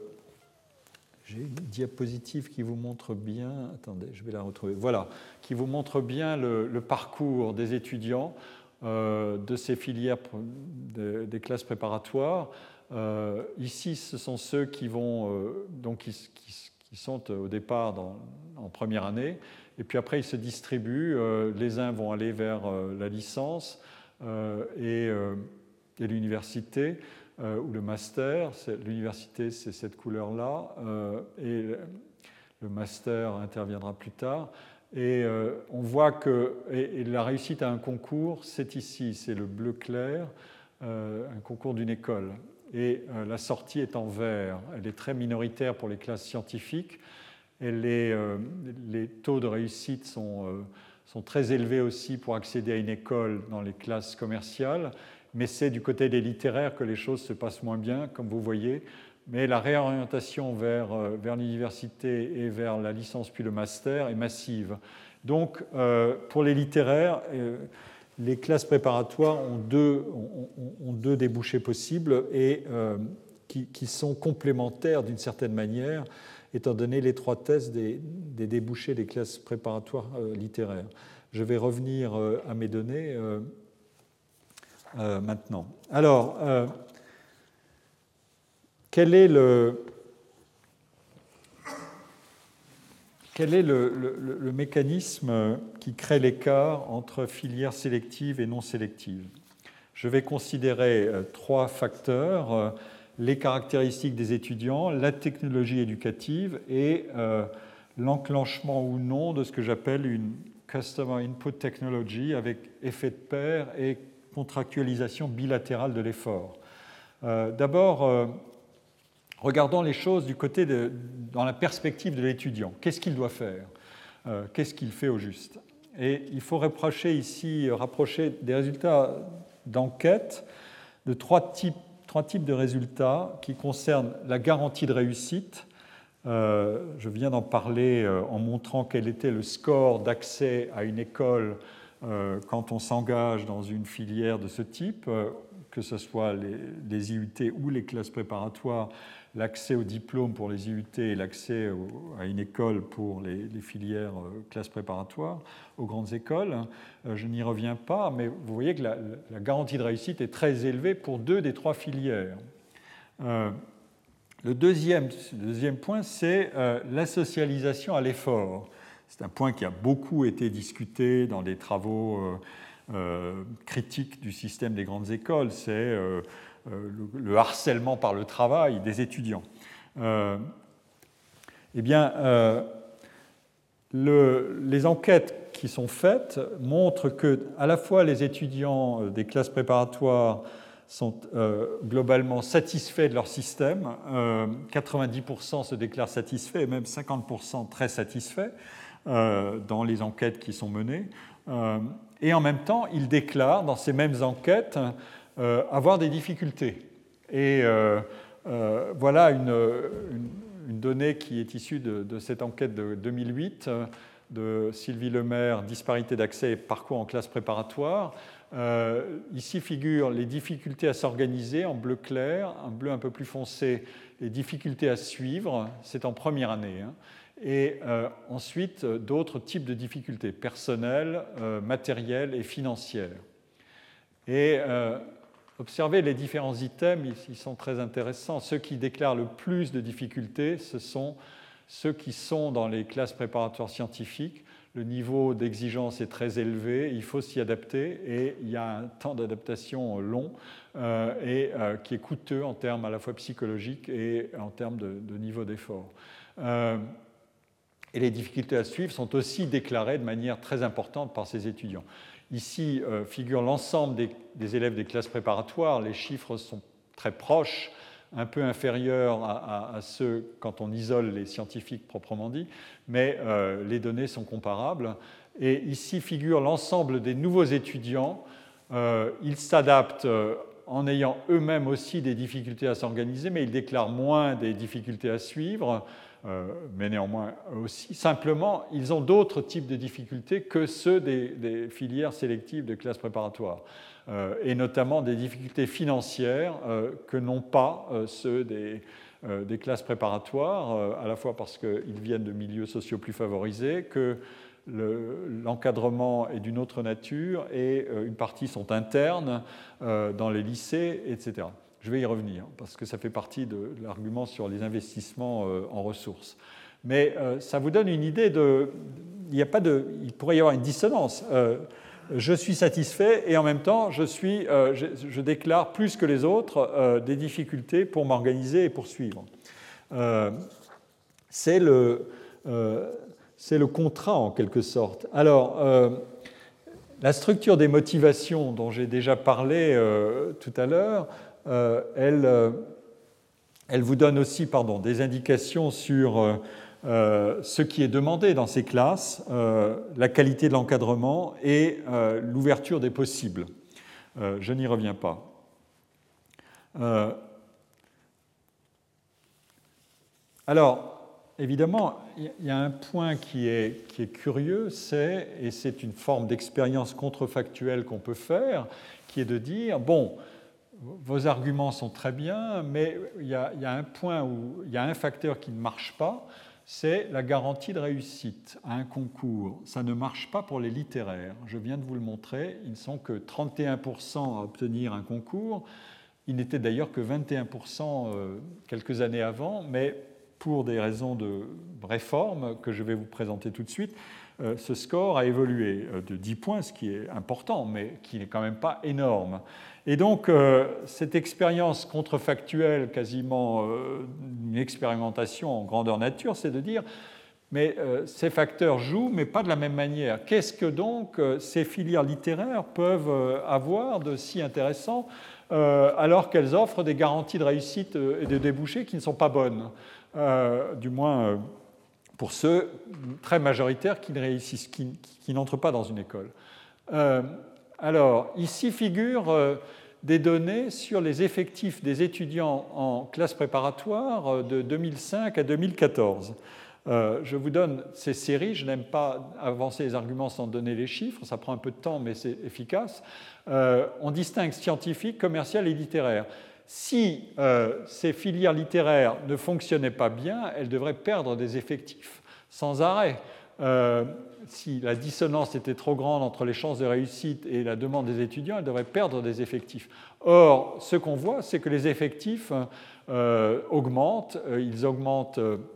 j'ai une diapositive qui vous montre bien, attendez je vais la retrouver, voilà, qui vous montre bien le, le parcours des étudiants Euh, de ces filières de, des classes préparatoires. Euh, ici, ce sont ceux qui, vont, euh, donc qui, qui, qui sont au départ dans, en première année, et puis après ils se distribuent. Euh, les uns vont aller vers euh, la licence euh, et, euh, et l'université euh, ou le master. C'est, l'université, c'est cette couleur-là, euh, et le, le master interviendra plus tard. Et euh, on voit que et, et la réussite à un concours, c'est ici, c'est le bleu clair, euh, un concours d'une école. Et euh, la sortie est en vert. Elle est très minoritaire pour les classes scientifiques. Et les, euh, les taux de réussite sont, euh, sont très élevés aussi pour accéder à une école dans les classes commerciales. Mais c'est du côté des littéraires que les choses se passent moins bien, comme vous voyez. Mais la réorientation vers, vers l'université et vers la licence puis le master est massive. Donc, euh, pour les littéraires, euh, les classes préparatoires ont deux, ont, ont deux débouchés possibles et euh, qui, qui sont complémentaires d'une certaine manière, étant donné l'étroitesse des, des débouchés des classes préparatoires euh, littéraires. Je vais revenir euh, à mes données euh, euh, maintenant. Alors, euh, Quel est le... quel est le, le, le mécanisme qui crée l'écart entre filières sélectives et non sélectives? Je vais considérer trois facteurs, les caractéristiques des étudiants, la technologie éducative et euh, l'enclenchement ou non de ce que j'appelle une Customer Input Technology avec effet de pair et contractualisation bilatérale de l'effort. Euh, D'abord, euh, regardons les choses du côté de, dans la perspective de l'étudiant. Qu'est-ce qu'il doit faire? euh, Qu'est-ce qu'il fait au juste? Et il faut rapprocher ici, rapprocher des résultats d'enquête de trois types, trois types de résultats qui concernent la garantie de réussite. Euh, je viens d'en parler euh, en montrant quel était le score d'accès à une école euh, quand on s'engage dans une filière de ce type, euh, que ce soit les, les I U T ou les classes préparatoires, l'accès au diplôme pour les I U T et l'accès au, à une école pour les, les filières euh, classes préparatoires aux grandes écoles. Euh, je n'y reviens pas, mais vous voyez que la, la garantie de réussite est très élevée pour deux des trois filières. Euh, Le deuxième, le deuxième point, c'est euh, la socialisation à l'effort. C'est un point qui a beaucoup été discuté dans des travaux euh, euh, critiques du système des grandes écoles. C'est euh, euh, le, le harcèlement par le travail des étudiants. Euh, eh bien, euh, le, les enquêtes qui sont faites montrent que, à la fois, les étudiants des classes préparatoires sont euh, globalement satisfaits de leur système. Euh, quatre-vingt-dix pour cent se déclarent satisfaits et même cinquante pour cent très satisfaits euh, dans les enquêtes qui sont menées. Euh, et en même temps, ils déclarent dans ces mêmes enquêtes euh, avoir des difficultés. Et euh, euh, voilà une, une, une donnée qui est issue de, de cette enquête de deux mille huit de Sylvie Lemaire, disparité d'accès et parcours en classe préparatoire. Euh, ici figurent les difficultés à s'organiser en bleu clair, en bleu un peu plus foncé, les difficultés à suivre, c'est en première année, hein, et euh, ensuite euh, d'autres types de difficultés personnelles, euh, matérielles et financières. Et euh, observez les différents items, ils sont très intéressants. Ceux qui déclarent le plus de difficultés, ce sont ceux qui sont dans les classes préparatoires scientifiques. Le niveau d'exigence est très élevé, il faut s'y adapter et il y a un temps d'adaptation long euh, et euh, qui est coûteux en termes à la fois psychologiques et en termes de, de niveau d'effort. Euh, et les difficultés à suivre sont aussi déclarées de manière très importante par ces étudiants. Ici euh, figure l'ensemble des, des élèves des classes préparatoires, les chiffres sont très proches, un peu inférieurs à, à, à ceux quand on isole les scientifiques proprement dit, mais euh, les données sont comparables. Et ici figure l'ensemble des nouveaux étudiants. Euh, ils s'adaptent euh, en ayant eux-mêmes aussi des difficultés à s'organiser, mais ils déclarent moins des difficultés à suivre, euh, mais néanmoins aussi. Simplement, ils ont d'autres types de difficultés que ceux des, des filières sélectives de classes préparatoires. Euh, et notamment des difficultés financières euh, que n'ont pas euh, ceux des, euh, des classes préparatoires, euh, à la fois parce qu'ils viennent de milieux sociaux plus favorisés, que le, l'encadrement est d'une autre nature et euh, une partie sont internes euh, dans les lycées, et cetera. Je vais y revenir parce que ça fait partie de l'argument sur les investissements euh, en ressources. Mais euh, ça vous donne une idée de... Il, y a pas de, il pourrait y avoir une dissonance. Euh, Je suis satisfait et en même temps, je, suis, euh, je, je déclare plus que les autres euh, des difficultés pour m'organiser et pour suivre. Euh, c'est, le, euh, c'est le contrat en quelque sorte. Alors, euh, la structure des motivations dont j'ai déjà parlé euh, tout à l'heure, euh, elle, euh, elle vous donne aussi pardon, des indications sur... Euh, Euh, ce qui est demandé dans ces classes, euh, la qualité de l'encadrement et euh, l'ouverture des possibles. Euh, je n'y reviens pas. Euh, alors, évidemment, il y a un point qui est, qui est curieux, c'est, et c'est une forme d'expérience contrefactuelle qu'on peut faire, qui est de dire, bon, vos arguments sont très bien, mais il y a, il y a un point où il y a un facteur qui ne marche pas, c'est la garantie de réussite à un concours. Ça ne marche pas pour les littéraires. Je viens de vous le montrer, ils ne sont que trente et un pour cent à obtenir un concours. Ils n'étaient d'ailleurs que vingt et un pour cent quelques années avant, mais pour des raisons de réforme que je vais vous présenter tout de suite, euh, ce score a évolué de dix points, ce qui est important, mais qui n'est quand même pas énorme. Et donc, euh, cette expérience contrefactuelle, quasiment euh, une expérimentation en grandeur nature, c'est de dire, mais euh, ces facteurs jouent, mais pas de la même manière. Qu'est-ce que donc euh, ces filières littéraires peuvent euh, avoir de si intéressant euh, alors qu'elles offrent des garanties de réussite et de débouchés qui ne sont pas bonnes, euh, du moins euh, pour ceux très majoritaires qui ne réussissent, qui, qui n'entrent pas dans une école. Euh, Alors, ici figurent euh, des données sur les effectifs des étudiants en classe préparatoire euh, de deux mille cinq à deux mille quatorze. Euh, je vous donne ces séries, je n'aime pas avancer les arguments sans donner les chiffres, ça prend un peu de temps, mais c'est efficace. Euh, on distingue scientifique, commercial et littéraire. Si euh, ces filières littéraires ne fonctionnaient pas bien, elles devraient perdre des effectifs sans arrêt. Euh, si la dissonance était trop grande entre les chances de réussite et la demande des étudiants, elle devrait perdre des effectifs. Or, ce qu'on voit, c'est que les effectifs euh, augmentent. Ils augmentent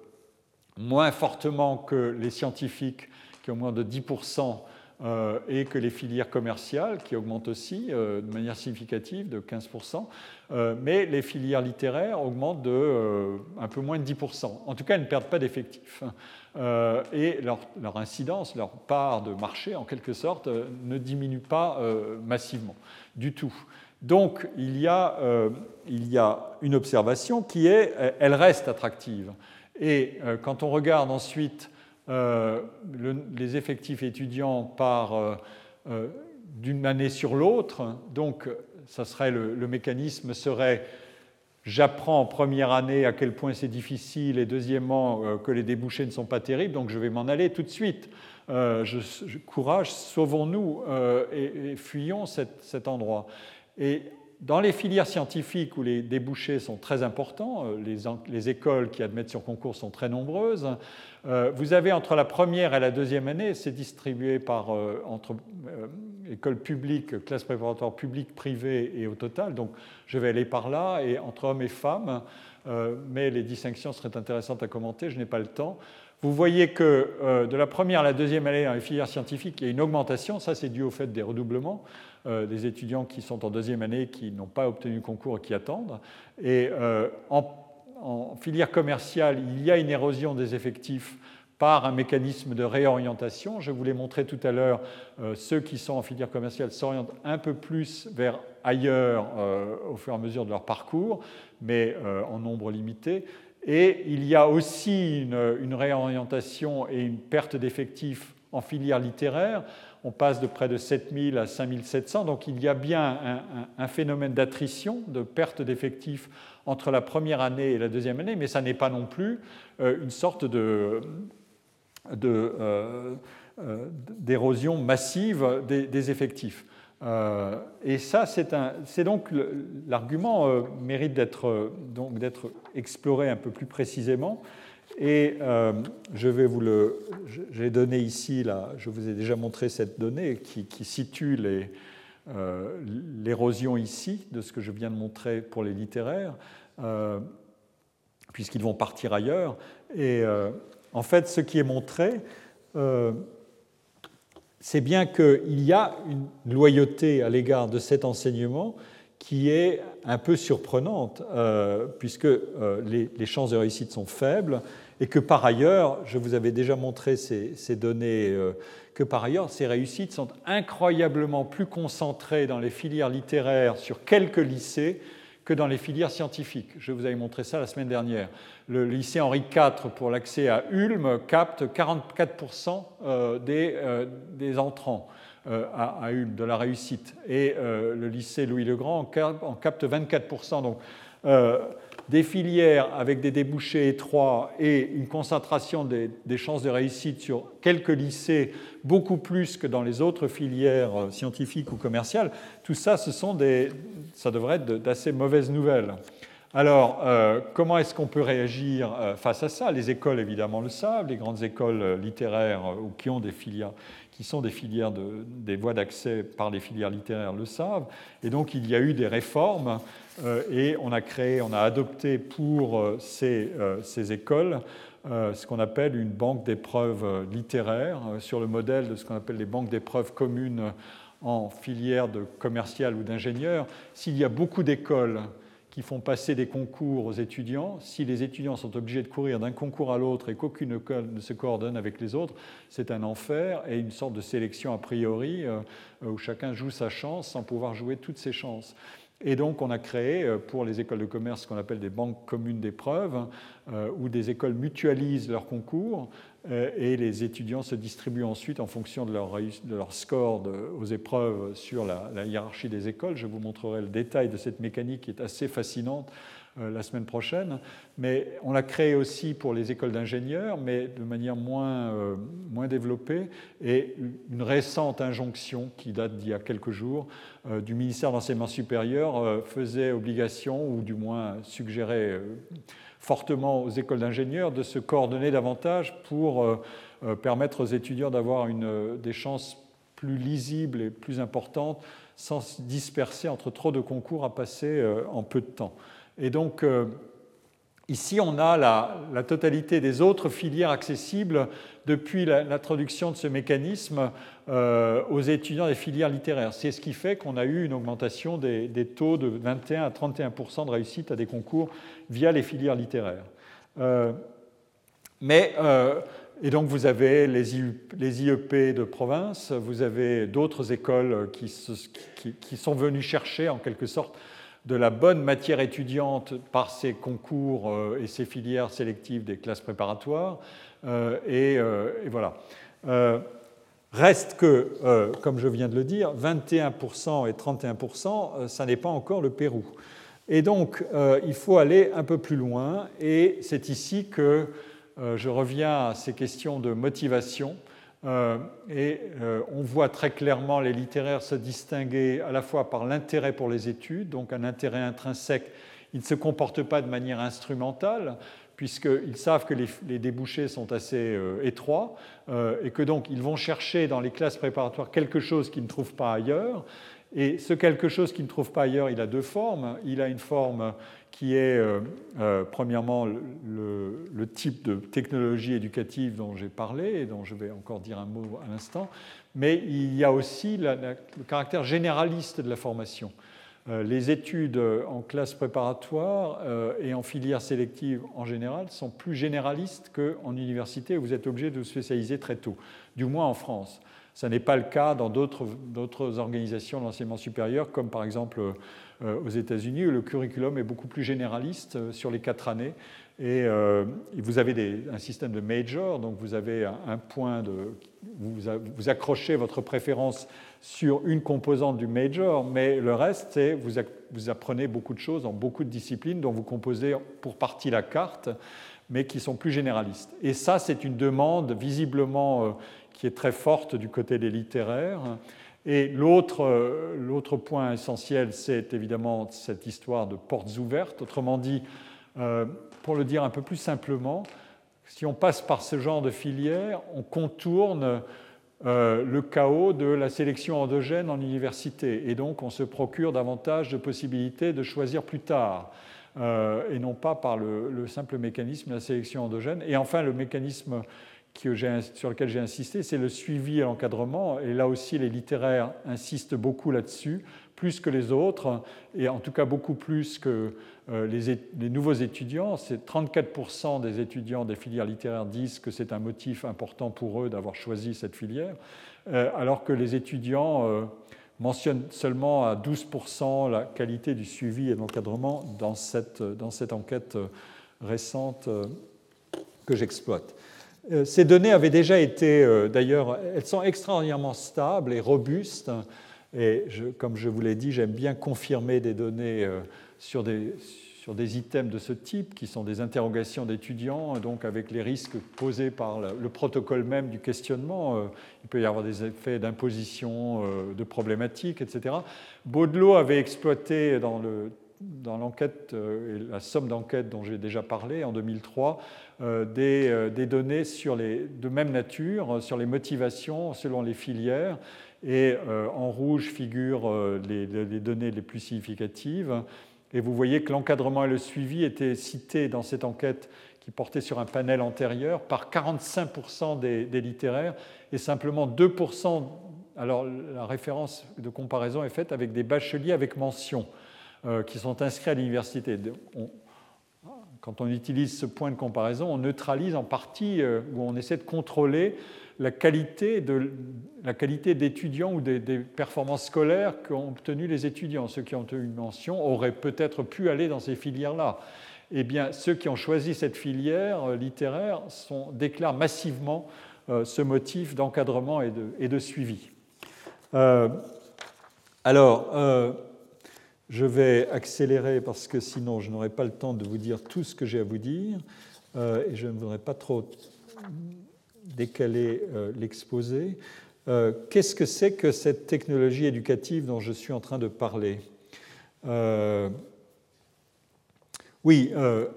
moins fortement que les scientifiques, qui augmentent de dix pour cent, euh, et que les filières commerciales, qui augmentent aussi euh, de manière significative, de quinze pour cent. Euh, mais les filières littéraires augmentent de euh, un peu moins de dix pour cent. En tout cas, elles ne perdent pas d'effectifs. Euh, et leur, leur incidence, leur part de marché, en quelque sorte, euh, ne diminue pas euh, massivement du tout. Donc, il y a, euh, il y a une observation qui est, elle reste attractive. Et euh, quand on regarde ensuite euh, le, les effectifs étudiants par euh, euh, d'une année sur l'autre, donc ça serait le, le mécanisme serait j'apprends en première année à quel point c'est difficile et deuxièmement euh, que les débouchés ne sont pas terribles, donc je vais m'en aller tout de suite. Euh, je, je, courage, sauvons-nous euh, et, et fuyons cet, cet endroit. Et dans les filières scientifiques où les débouchés sont très importants, les, les écoles qui admettent sur concours sont très nombreuses, euh, vous avez entre la première et la deuxième année, c'est distribué par, euh, entre euh, écoles publiques, classes préparatoires publiques, privées et au total, donc je vais aller par là, et entre hommes et femmes, euh, mais les distinctions seraient intéressantes à commenter, je n'ai pas le temps. Vous voyez que euh, de la première à la deuxième année dans les filières scientifiques, il y a une augmentation, ça c'est dû au fait des redoublements, euh, des étudiants qui sont en deuxième année, qui n'ont pas obtenu le concours et qui attendent. Et euh, en, en filière commerciale, il y a une érosion des effectifs par un mécanisme de réorientation. Je vous l'ai montré tout à l'heure, euh, ceux qui sont en filière commerciale s'orientent un peu plus vers ailleurs euh, au fur et à mesure de leur parcours, mais euh, en nombre limité. Et il y a aussi une, une réorientation et une perte d'effectifs en filière littéraire. On passe de près de sept mille à cinq mille sept cents, donc il y a bien un, un, un phénomène d'attrition, de perte d'effectifs entre la première année et la deuxième année, mais ça n'est pas non plus euh, une sorte de, de, euh, euh, d'érosion massive des, des effectifs. Euh, et ça, c'est, un, c'est donc le, l'argument euh, mérite d'être, euh, donc, d'être exploré un peu plus précisément. Et euh, je vais vous le, j'ai donné ici, là, je vous ai déjà montré cette donnée qui, qui situe les, euh, l'érosion ici de ce que je viens de montrer pour les littéraires, euh, puisqu'ils vont partir ailleurs. Et euh, en fait, ce qui est montré, euh, c'est bien qu'il y a une loyauté à l'égard de cet enseignement qui est un peu surprenante, euh, puisque euh, les, les chances de réussite sont faibles, et que par ailleurs, je vous avais déjà montré ces, ces données, euh, que par ailleurs, ces réussites sont incroyablement plus concentrées dans les filières littéraires sur quelques lycées que dans les filières scientifiques. Je vous avais montré ça la semaine dernière. Le lycée Henri quatre, pour l'accès à Ulm, capte quarante-quatre pour cent des, euh, des entrants euh, à, à Ulm, de la réussite. Et euh, le lycée Louis-le-Grand en capte vingt-quatre pour cent. Donc, euh, des filières avec des débouchés étroits et une concentration des, des chances de réussite sur quelques lycées, beaucoup plus que dans les autres filières scientifiques ou commerciales, tout ça, ce sont des, ça devrait être d'assez mauvaises nouvelles. Alors, euh, comment est-ce qu'on peut réagir euh, face à ça? Les écoles, évidemment, le savent, les grandes écoles euh, littéraires euh, ou qui ont des filières, qui sont des filières, de, des voies d'accès par les filières littéraires le savent. Et donc, il y a eu des réformes euh, et on a créé, on a adopté pour euh, ces, euh, ces écoles euh, ce qu'on appelle une banque d'épreuves littéraires euh, sur le modèle de ce qu'on appelle les banques d'épreuves communes en filière de commercial ou d'ingénieur. S'il y a beaucoup d'écoles qui font passer des concours aux étudiants, si les étudiants sont obligés de courir d'un concours à l'autre et qu'aucune école ne se coordonne avec les autres, c'est un enfer et une sorte de sélection a priori euh, où chacun joue sa chance sans pouvoir jouer toutes ses chances. Et donc on a créé pour les écoles de commerce ce qu'on appelle des banques communes d'épreuves, euh, où des écoles mutualisent leurs concours euh, et les étudiants se distribuent ensuite en fonction de leur, de leur score de, aux épreuves sur la, la hiérarchie des écoles. Je vous montrerai le détail de cette mécanique qui est assez fascinante euh, la semaine prochaine. Mais on l'a créé aussi pour les écoles d'ingénieurs, mais de manière moins, euh, moins développée. Et une récente injonction qui date d'il y a quelques jours euh, du ministère de l'Enseignement supérieur euh, faisait obligation, ou du moins suggérait euh, fortement aux écoles d'ingénieurs de se coordonner davantage pour euh, euh, permettre aux étudiants d'avoir une, des chances plus lisibles et plus importantes sans se disperser entre trop de concours à passer euh, en peu de temps. Et donc, euh, ici, on a la, la totalité des autres filières accessibles depuis la, l'introduction de ce mécanisme euh, aux étudiants des filières littéraires. C'est ce qui fait qu'on a eu une augmentation des, des taux de vingt et un à trente et un pour cent de réussite à des concours via les filières littéraires. Euh, mais, euh, et donc vous avez les, I, les I E P de province, vous avez d'autres écoles qui, se, qui, qui sont venues chercher en quelque sorte de la bonne matière étudiante par ces concours euh, et ces filières sélectives des classes préparatoires. Euh, et, euh, et voilà. Euh, reste que, euh, comme je viens de le dire, vingt et un pour cent et trente et un pour cent, euh, ça n'est pas encore le Pérou. Et donc, euh, il faut aller un peu plus loin. Et c'est ici que euh, je reviens à ces questions de motivation. Euh, et euh, on voit très clairement les littéraires se distinguer à la fois par l'intérêt pour les études, donc un intérêt intrinsèque. Ils ne se comportent pas de manière instrumentale, puisqu'ils savent que les, les débouchés sont assez euh, étroits, euh, et que donc ils vont chercher dans les classes préparatoires quelque chose qu'ils ne trouvent pas ailleurs. Et ce quelque chose qu'ils ne trouvent pas ailleurs, il a deux formes. Il a une forme qui est, euh, euh, premièrement, le, le, le type de technologie éducative dont j'ai parlé et dont je vais encore dire un mot à l'instant, mais il y a aussi la, la, le caractère généraliste de la formation. Euh, les études en classe préparatoire euh, et en filière sélective en général sont plus généralistes qu'en université où vous êtes obligé de vous spécialiser très tôt, du moins en France. Ce n'est pas le cas dans d'autres, d'autres organisations de l'enseignement supérieur, comme par exemple euh, aux États-Unis, où le curriculum est beaucoup plus généraliste euh, sur les quatre années. Et euh, vous avez des, un système de major, donc vous avez un, un point de... Vous, vous accrochez votre préférence sur une composante du major, mais le reste, c'est vous, vous apprenez beaucoup de choses dans beaucoup de disciplines dont vous composez pour partie la carte, mais qui sont plus généralistes. Et ça, c'est une demande visiblement... Euh, qui est très forte du côté des littéraires. Et l'autre, l'autre point essentiel, c'est évidemment cette histoire de portes ouvertes. Autrement dit, euh, pour le dire un peu plus simplement, si on passe par ce genre de filière, on contourne euh, le chaos de la sélection endogène en université. Et donc, on se procure davantage de possibilités de choisir plus tard, euh, et non pas par le, le simple mécanisme de la sélection endogène. Et enfin, le mécanisme que j'ai, sur lequel j'ai insisté, c'est le suivi et l'encadrement. Et là aussi, les littéraires insistent beaucoup là-dessus, plus que les autres, et en tout cas beaucoup plus que euh, les, les nouveaux étudiants. C'est trente-quatre pour cent des étudiants des filières littéraires disent que c'est un motif important pour eux d'avoir choisi cette filière, euh, alors que les étudiants euh, mentionnent seulement à douze pour cent la qualité du suivi et de l'encadrement dans cette, dans cette enquête récente euh, que j'exploite. Ces données avaient déjà été, d'ailleurs, elles sont extraordinairement stables et robustes. Et je, comme je vous l'ai dit, j'aime bien confirmer des données sur des, sur des items de ce type, qui sont des interrogations d'étudiants, donc avec les risques posés par le, le protocole même du questionnement. Il peut y avoir des effets d'imposition, de problématiques, et cetera. Baudelot avait exploité dans le dans l'enquête, euh, la somme d'enquêtes dont j'ai déjà parlé en deux mille trois, euh, des, euh, des données sur les, de même nature sur les motivations selon les filières. Et euh, en rouge figurent euh, les, les données les plus significatives. Et vous voyez que l'encadrement et le suivi étaient cités dans cette enquête qui portait sur un panel antérieur par quarante-cinq pour cent des, des littéraires et simplement deux pour cent. Alors la référence de comparaison est faite avec des bacheliers avec mention euh, qui sont inscrits à l'université. On, quand on utilise ce point de comparaison, on neutralise en partie euh, ou on essaie de contrôler la qualité, de, la qualité d'étudiants ou des, des performances scolaires qu'ont obtenues les étudiants. Ceux qui ont eu une mention auraient peut-être pu aller dans ces filières-là. Eh bien, ceux qui ont choisi cette filière euh, littéraire sont, déclarent massivement euh, ce motif d'encadrement et de, et de suivi. Euh, alors, euh, je vais accélérer parce que sinon je n'aurai pas le temps de vous dire tout ce que j'ai à vous dire euh, et je ne voudrais pas trop décaler euh, l'exposé. Euh, qu'est-ce que c'est que cette technologie éducative dont je suis en train de parler ? euh, Oui, euh,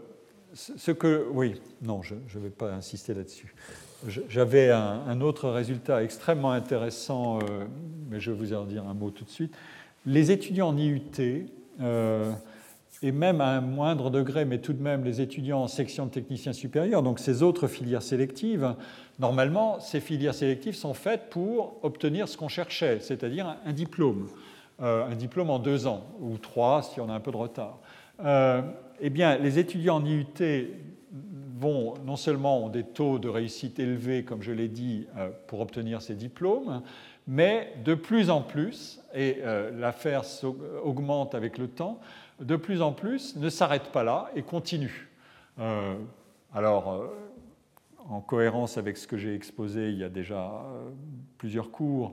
ce que... Oui, non, je ne vais pas insister là-dessus. J'avais un, un autre résultat extrêmement intéressant, euh, mais je vais vous en dire un mot tout de suite. Les étudiants en I U T, euh, et même à un moindre degré, mais tout de même les étudiants en section de technicien supérieur, donc ces autres filières sélectives, normalement, ces filières sélectives sont faites pour obtenir ce qu'on cherchait, c'est-à-dire un, un diplôme, euh, un diplôme en deux ans, ou trois si on a un peu de retard. Euh, eh bien, les étudiants en I U T vont, non seulement ont des taux de réussite élevés, comme je l'ai dit, euh, pour obtenir ces diplômes, mais de plus en plus, et euh, l'affaire augmente avec le temps, de plus en plus ne s'arrête pas là et continue. Euh, alors, euh, en cohérence avec ce que j'ai exposé il y a déjà euh, plusieurs cours,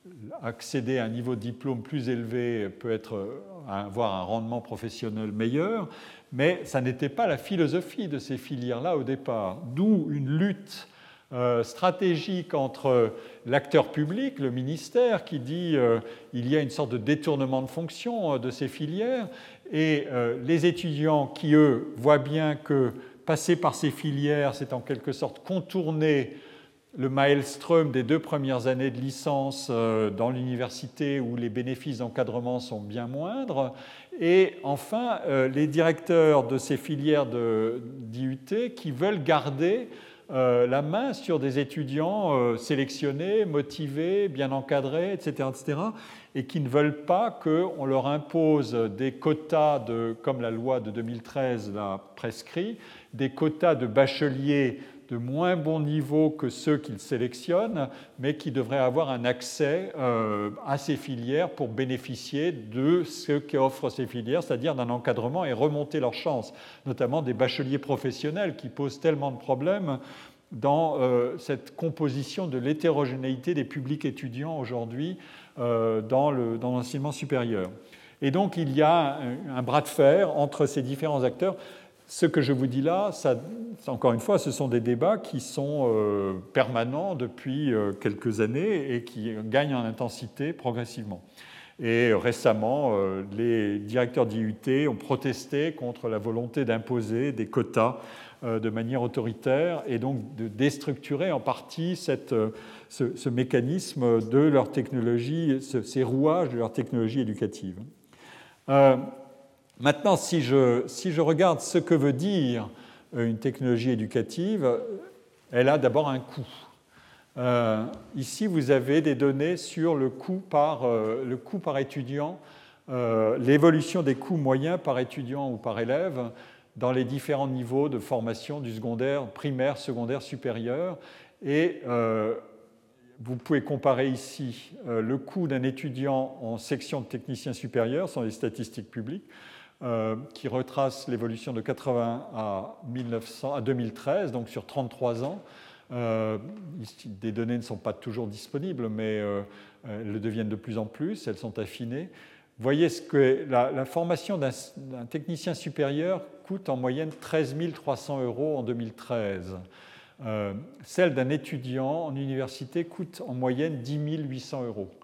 accéder à un niveau de diplôme plus élevé peut être, avoir un rendement professionnel meilleur, mais ça n'était pas la philosophie de ces filières-là au départ. D'où une lutte euh, stratégique entre l'acteur public, le ministère, qui dit euh, qu'il y a une sorte de détournement de fonction euh, de ces filières, et euh, les étudiants qui, eux, voient bien que passer par ces filières, c'est en quelque sorte contourner le maelstrom des deux premières années de licence dans l'université où les bénéfices d'encadrement sont bien moindres. Et enfin, les directeurs de ces filières d'I U T qui veulent garder la main sur des étudiants sélectionnés, motivés, bien encadrés, et cetera, et cetera, et qui ne veulent pas qu'on leur impose des quotas, de, comme la loi de deux mille treize l'a prescrit, des quotas de bacheliers de moins bon niveau que ceux qu'ils sélectionnent, mais qui devraient avoir un accès euh, à ces filières pour bénéficier de ce qu'offrent ces filières, c'est-à-dire d'un encadrement et remonter leurs chances, notamment des bacheliers professionnels qui posent tellement de problèmes dans euh, cette composition de l'hétérogénéité des publics étudiants aujourd'hui euh, dans l'enseignement supérieur. Et donc il y a un, un bras de fer entre ces différents acteurs. Ce que je vous dis là, ça, encore une fois, ce sont des débats qui sont euh, permanents depuis euh, quelques années et qui gagnent en intensité progressivement. Et récemment, euh, les directeurs d'I U T ont protesté contre la volonté d'imposer des quotas euh, de manière autoritaire et donc de déstructurer en partie cette, ce, ce mécanisme de leur technologie, ce, ces rouages de leur technologie éducative. Euh, Maintenant, si je, si je regarde ce que veut dire une technologie éducative, elle a d'abord un coût. Euh, ici, vous avez des données sur le coût par, euh, le coût par étudiant, euh, l'évolution des coûts moyens par étudiant ou par élève dans les différents niveaux de formation du secondaire, primaire, secondaire, supérieur. Et euh, vous pouvez comparer ici euh, le coût d'un étudiant en section de technicien supérieur, ce sont des statistiques publiques, Euh, qui retrace l'évolution de quatre-vingts à, mille neuf cents, à deux mille treize, donc sur trente-trois ans. Euh, des données ne sont pas toujours disponibles, mais euh, elles le deviennent de plus en plus, elles sont affinées. Vous voyez ce que la, la formation d'un technicien supérieur coûte en moyenne treize mille trois cents euros en deux mille treize. Euh, celle d'un étudiant en université coûte en moyenne dix mille huit cents euros.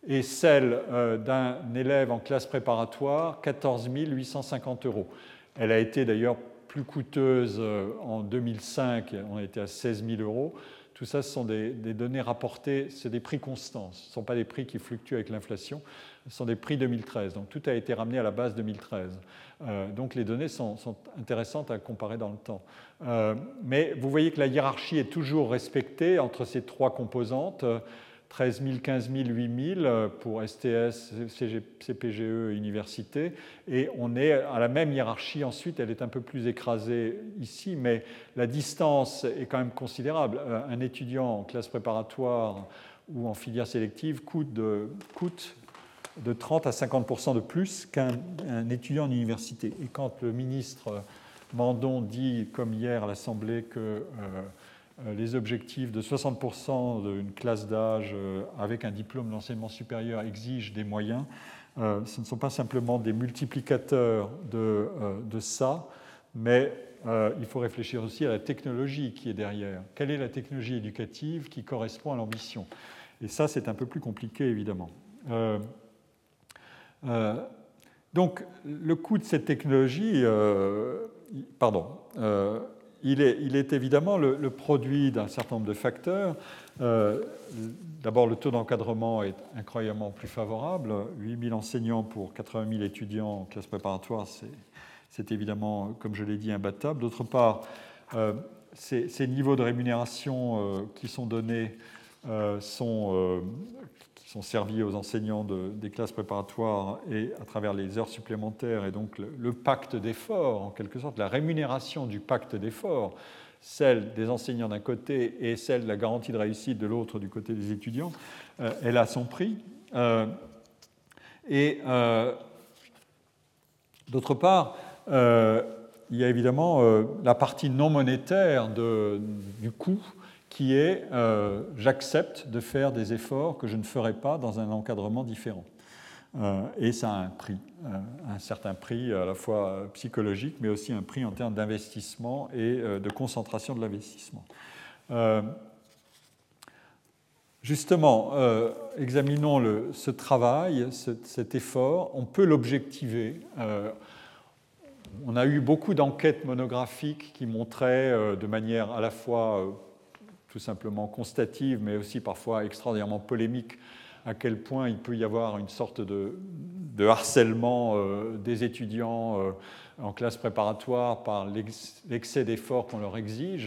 et celle euh, d'un élève en classe préparatoire, quatorze mille huit cent cinquante euros. Elle a été d'ailleurs plus coûteuse euh, en deux mille cinq, on était à seize mille euros. Tout ça, ce sont des, des données rapportées, c'est des prix constants, ce ne sont pas des prix qui fluctuent avec l'inflation, ce sont des prix deux mille treize. Donc tout a été ramené à la base deux mille treize. Euh, donc les données sont, sont intéressantes à comparer dans le temps. Euh, mais vous voyez que la hiérarchie est toujours respectée entre ces trois composantes, treize mille, quinze mille, huit mille pour S T S, C P G E et université. Et on est à la même hiérarchie ensuite, elle est un peu plus écrasée ici, mais la distance est quand même considérable. Un étudiant en classe préparatoire ou en filière sélective coûte de, coûte de trente à cinquante pour cent de plus qu'un étudiant en université. Et quand le ministre Mandon dit, comme hier à l'Assemblée, que euh, les objectifs de soixante pour cent d'une classe d'âge avec un diplôme d'enseignement supérieur exigent des moyens, euh, ce ne sont pas simplement des multiplicateurs de, euh, de ça, mais euh, il faut réfléchir aussi à la technologie qui est derrière. Quelle est la technologie éducative qui correspond à l'ambition? Et ça, c'est un peu plus compliqué, évidemment. Euh, euh, donc, le coût de cette technologie, euh, pardon, euh, Il est, il est évidemment le, le produit d'un certain nombre de facteurs. Euh, D'abord, le taux d'encadrement est incroyablement plus favorable. huit mille enseignants pour quatre-vingt mille étudiants en classe préparatoire, c'est évidemment, comme je l'ai dit, imbattable. D'autre part, euh, ces, ces niveaux de rémunération euh, qui sont donnés euh, sont, euh, qui sont servis aux enseignants de, des classes préparatoires et à travers les heures supplémentaires, et donc le, le pacte d'effort, en quelque sorte, la rémunération du pacte d'effort, celle des enseignants d'un côté et celle de la garantie de réussite de l'autre du côté des étudiants, euh, elle a son prix. Euh, et euh, d'autre part, euh, il y a évidemment euh, la partie non monétaire de, du coût, qui est euh, j'accepte de faire des efforts que je ne ferai pas dans un encadrement différent. Euh, et ça a un prix, euh, un certain prix à la fois psychologique, mais aussi un prix en termes d'investissement et euh, de concentration de l'investissement. Euh, justement, euh, examinons le, ce travail, ce, cet effort, on peut l'objectiver. Euh, on a eu beaucoup d'enquêtes monographiques qui montraient euh, de manière à la fois euh, tout simplement constative, mais aussi parfois extraordinairement polémique, à quel point il peut y avoir une sorte de, de harcèlement euh, des étudiants euh, en classe préparatoire par l'excès d'efforts qu'on leur exige.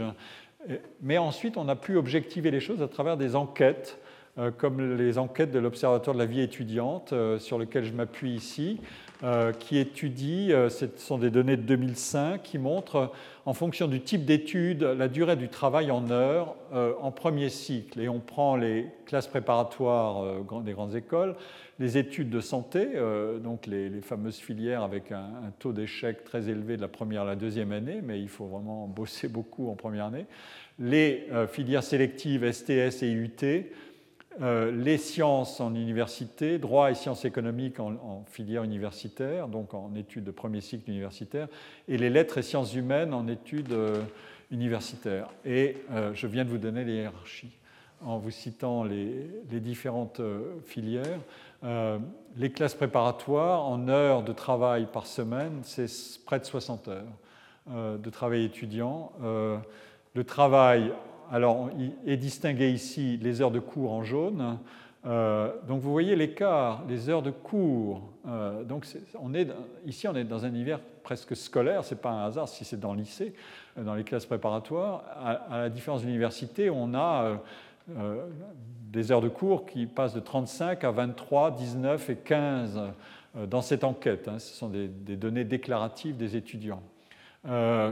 Mais ensuite, on a pu objectiver les choses à travers des enquêtes, euh, comme les enquêtes de l'Observatoire de la vie étudiante, euh, sur lesquelles je m'appuie ici, euh, qui étudient, euh, ce sont des données de deux mille cinq, qui montrent, en fonction du type d'études, la durée du travail en heures euh, en premier cycle. Et on prend les classes préparatoires euh, des grandes écoles, les études de santé, euh, donc les, les fameuses filières avec un, un taux d'échec très élevé de la première à la deuxième année, mais il faut vraiment bosser beaucoup en première année, les euh, filières sélectives S T S et I U T, Euh, les sciences en université, droit et sciences économiques en, en filière universitaire, donc en études de premier cycle universitaire, et les lettres et sciences humaines en études euh, universitaires. Et euh, je viens de vous donner les hiérarchies en vous citant les, les différentes euh, filières. Euh, les classes préparatoires, en heures de travail par semaine, c'est près de soixante heures euh, de travail étudiant. Euh, le travail... Alors, il est distingué ici les heures de cours en jaune. Euh, donc, vous voyez l'écart, les heures de cours. Euh, donc, on est, ici, on est dans un univers presque scolaire. Ce n'est pas un hasard si c'est dans le lycée, dans les classes préparatoires. À, à la différence de l'université, on a euh, euh, des heures de cours qui passent de trente-cinq à vingt-trois, dix-neuf et quinze euh, dans cette enquête. Hein. Ce sont des, des données déclaratives des étudiants. Euh,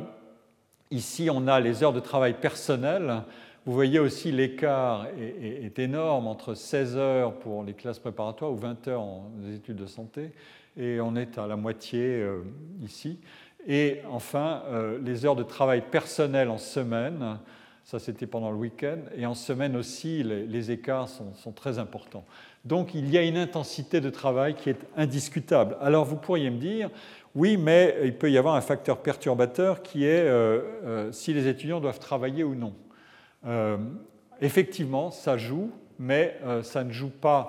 Ici, on a les heures de travail personnel. Vous voyez aussi l'écart est, est, est énorme entre seize heures pour les classes préparatoires ou vingt heures en études de santé, et on est à la moitié euh, ici. Et enfin, euh, les heures de travail personnel en semaine, ça c'était pendant le week-end, et en semaine aussi, les, les écarts sont, sont très importants. Donc il y a une intensité de travail qui est indiscutable. Alors vous pourriez me dire, oui, mais il peut y avoir un facteur perturbateur qui est euh, euh, si les étudiants doivent travailler ou non. Euh, effectivement, ça joue, mais euh, ça ne joue pas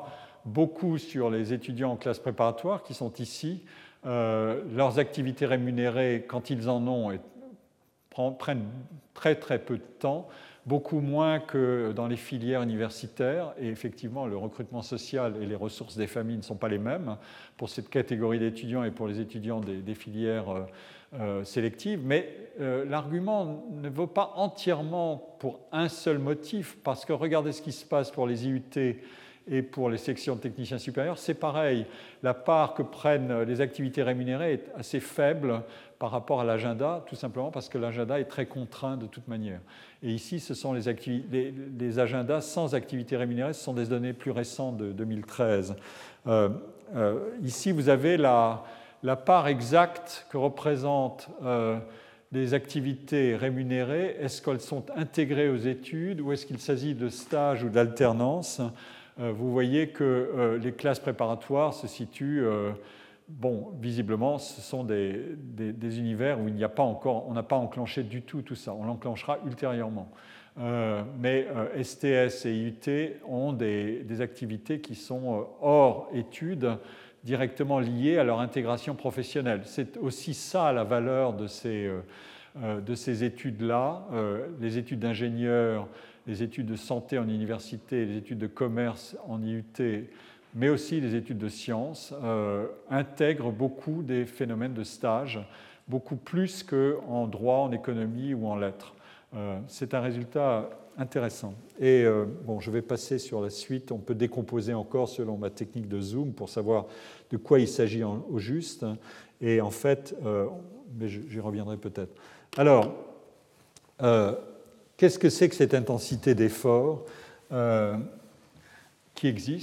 beaucoup sur les étudiants en classe préparatoire qui sont ici. Euh, leurs activités rémunérées, quand ils en ont, et, prennent très très peu de temps, beaucoup moins que dans les filières universitaires. Et effectivement, le recrutement social et les ressources des familles ne sont pas les mêmes pour cette catégorie d'étudiants et pour les étudiants des, des filières euh, euh, sélectives. Mais euh, l'argument ne vaut pas entièrement pour un seul motif, parce que regardez ce qui se passe pour les I U T et pour les sections de techniciens supérieurs, c'est pareil. La part que prennent les activités rémunérées est assez faible par rapport à l'agenda, tout simplement parce que l'agenda est très contraint de toute manière. Et ici, ce sont les, les, les agendas sans activité rémunérée, ce sont des données plus récentes de deux mille treize. Euh, euh, ici, vous avez la, la part exacte que représentent euh, les activités rémunérées. Est-ce qu'elles sont intégrées aux études ou est-ce qu'il s'agit de stages ou d'alternance? euh, Vous voyez que euh, les classes préparatoires se situent... Euh, Bon, visiblement, ce sont des, des, des univers où il n'y a pas encore, on n'a pas enclenché du tout tout ça. On l'enclenchera ultérieurement. Euh, mais euh, S T S et I U T ont des, des activités qui sont euh, hors études, directement liées à leur intégration professionnelle. C'est aussi ça la valeur de ces, euh, de ces études-là. Euh, les études d'ingénieurs, les études de santé en université, les études de commerce en I U T, mais aussi les études de sciences, euh, intègrent beaucoup des phénomènes de stage, beaucoup plus qu'en droit, en économie ou en lettres. Euh, c'est un résultat intéressant. Et euh, bon, je vais passer sur la suite. On peut décomposer encore selon ma technique de zoom pour savoir de quoi il s'agit en, au juste. Et en fait, euh, mais j'y reviendrai peut-être. Alors, euh, qu'est-ce que c'est que cette intensité d'effort euh, qui existe ?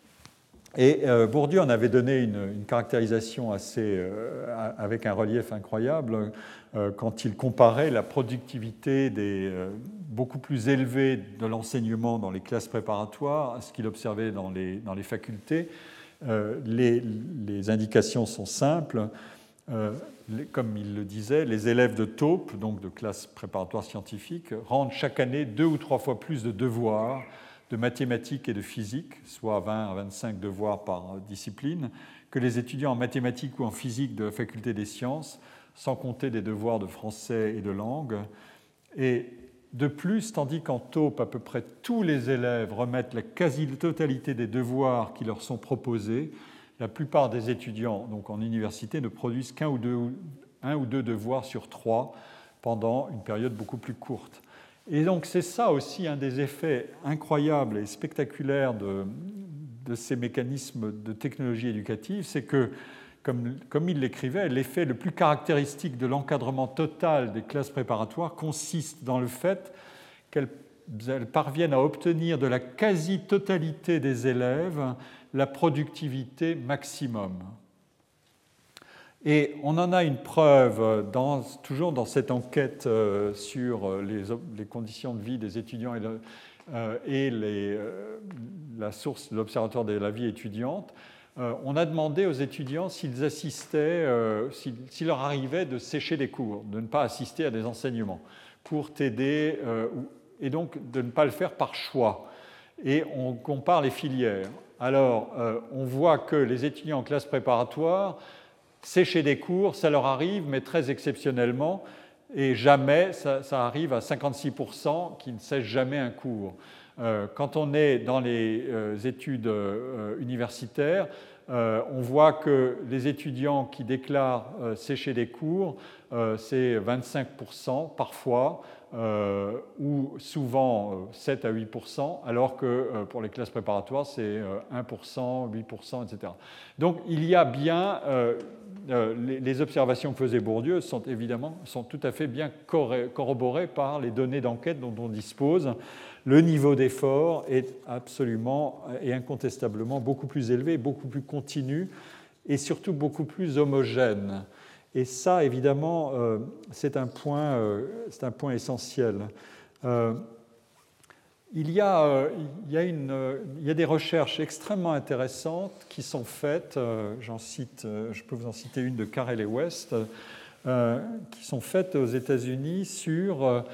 Et euh, Bourdieu en avait donné une, une caractérisation assez, euh, avec un relief incroyable euh, quand il comparait la productivité des, euh, beaucoup plus élevée de l'enseignement dans les classes préparatoires à ce qu'il observait dans les, dans les facultés. Euh, les, les indications sont simples. Euh, les, comme il le disait, les élèves de taupe, donc de classe préparatoire scientifique, rendent chaque année deux ou trois fois plus de devoirs de mathématiques et de physique, soit vingt à vingt-cinq devoirs par discipline, que les étudiants en mathématiques ou en physique de la faculté des sciences, sans compter des devoirs de français et de langue. Et de plus, tandis qu'en taupe, à peu près tous les élèves remettent la quasi-totalité des devoirs qui leur sont proposés, la plupart des étudiants donc en université ne produisent qu'un ou deux, un ou deux devoirs sur trois pendant une période beaucoup plus courte. Et donc c'est ça aussi un des effets incroyables et spectaculaires de, de ces mécanismes de technologie éducative, c'est que, comme, comme il l'écrivait, l'effet le plus caractéristique de l'encadrement total des classes préparatoires consiste dans le fait qu'elles parviennent à obtenir de la quasi-totalité des élèves la productivité maximum. Et on en a une preuve dans, toujours dans cette enquête euh, sur les, les conditions de vie des étudiants et, le, euh, et les, euh, la source de l'Observatoire de la vie étudiante. Euh, on a demandé aux étudiants s'ils assistaient, euh, s'il, s'il leur arrivait de sécher des cours, de ne pas assister à des enseignements pour t'aider, euh, et donc de ne pas le faire par choix. Et on compare les filières. Alors, euh, on voit que les étudiants en classe préparatoire sécher des cours, ça leur arrive, mais très exceptionnellement, et jamais, ça, ça arrive à cinquante-six pour cent qui ne sèchent jamais un cours. Euh, quand on est dans les euh, études euh, universitaires, euh, on voit que les étudiants qui déclarent euh, sécher des cours, euh, c'est vingt-cinq pour cent parfois, euh, ou souvent euh, sept à huit pour cent, alors que euh, pour les classes préparatoires, c'est euh, un pour cent, huit pour cent, et cetera. Donc il y a bien... Euh, Euh, les, les observations que faisait Bourdieu sont évidemment sont tout à fait bien corroborées par les données d'enquête dont on dispose. Le niveau d'effort est absolument et incontestablement beaucoup plus élevé, beaucoup plus continu et surtout beaucoup plus homogène. Et ça, évidemment, euh, c'est un point, euh, c'est un point essentiel. Euh, Il y, a, euh, il, y a une, euh, il y a des recherches extrêmement intéressantes qui sont faites, euh, j'en cite, euh, je peux vous en citer une de Carrel et West, euh, qui sont faites aux États-Unis sur euh,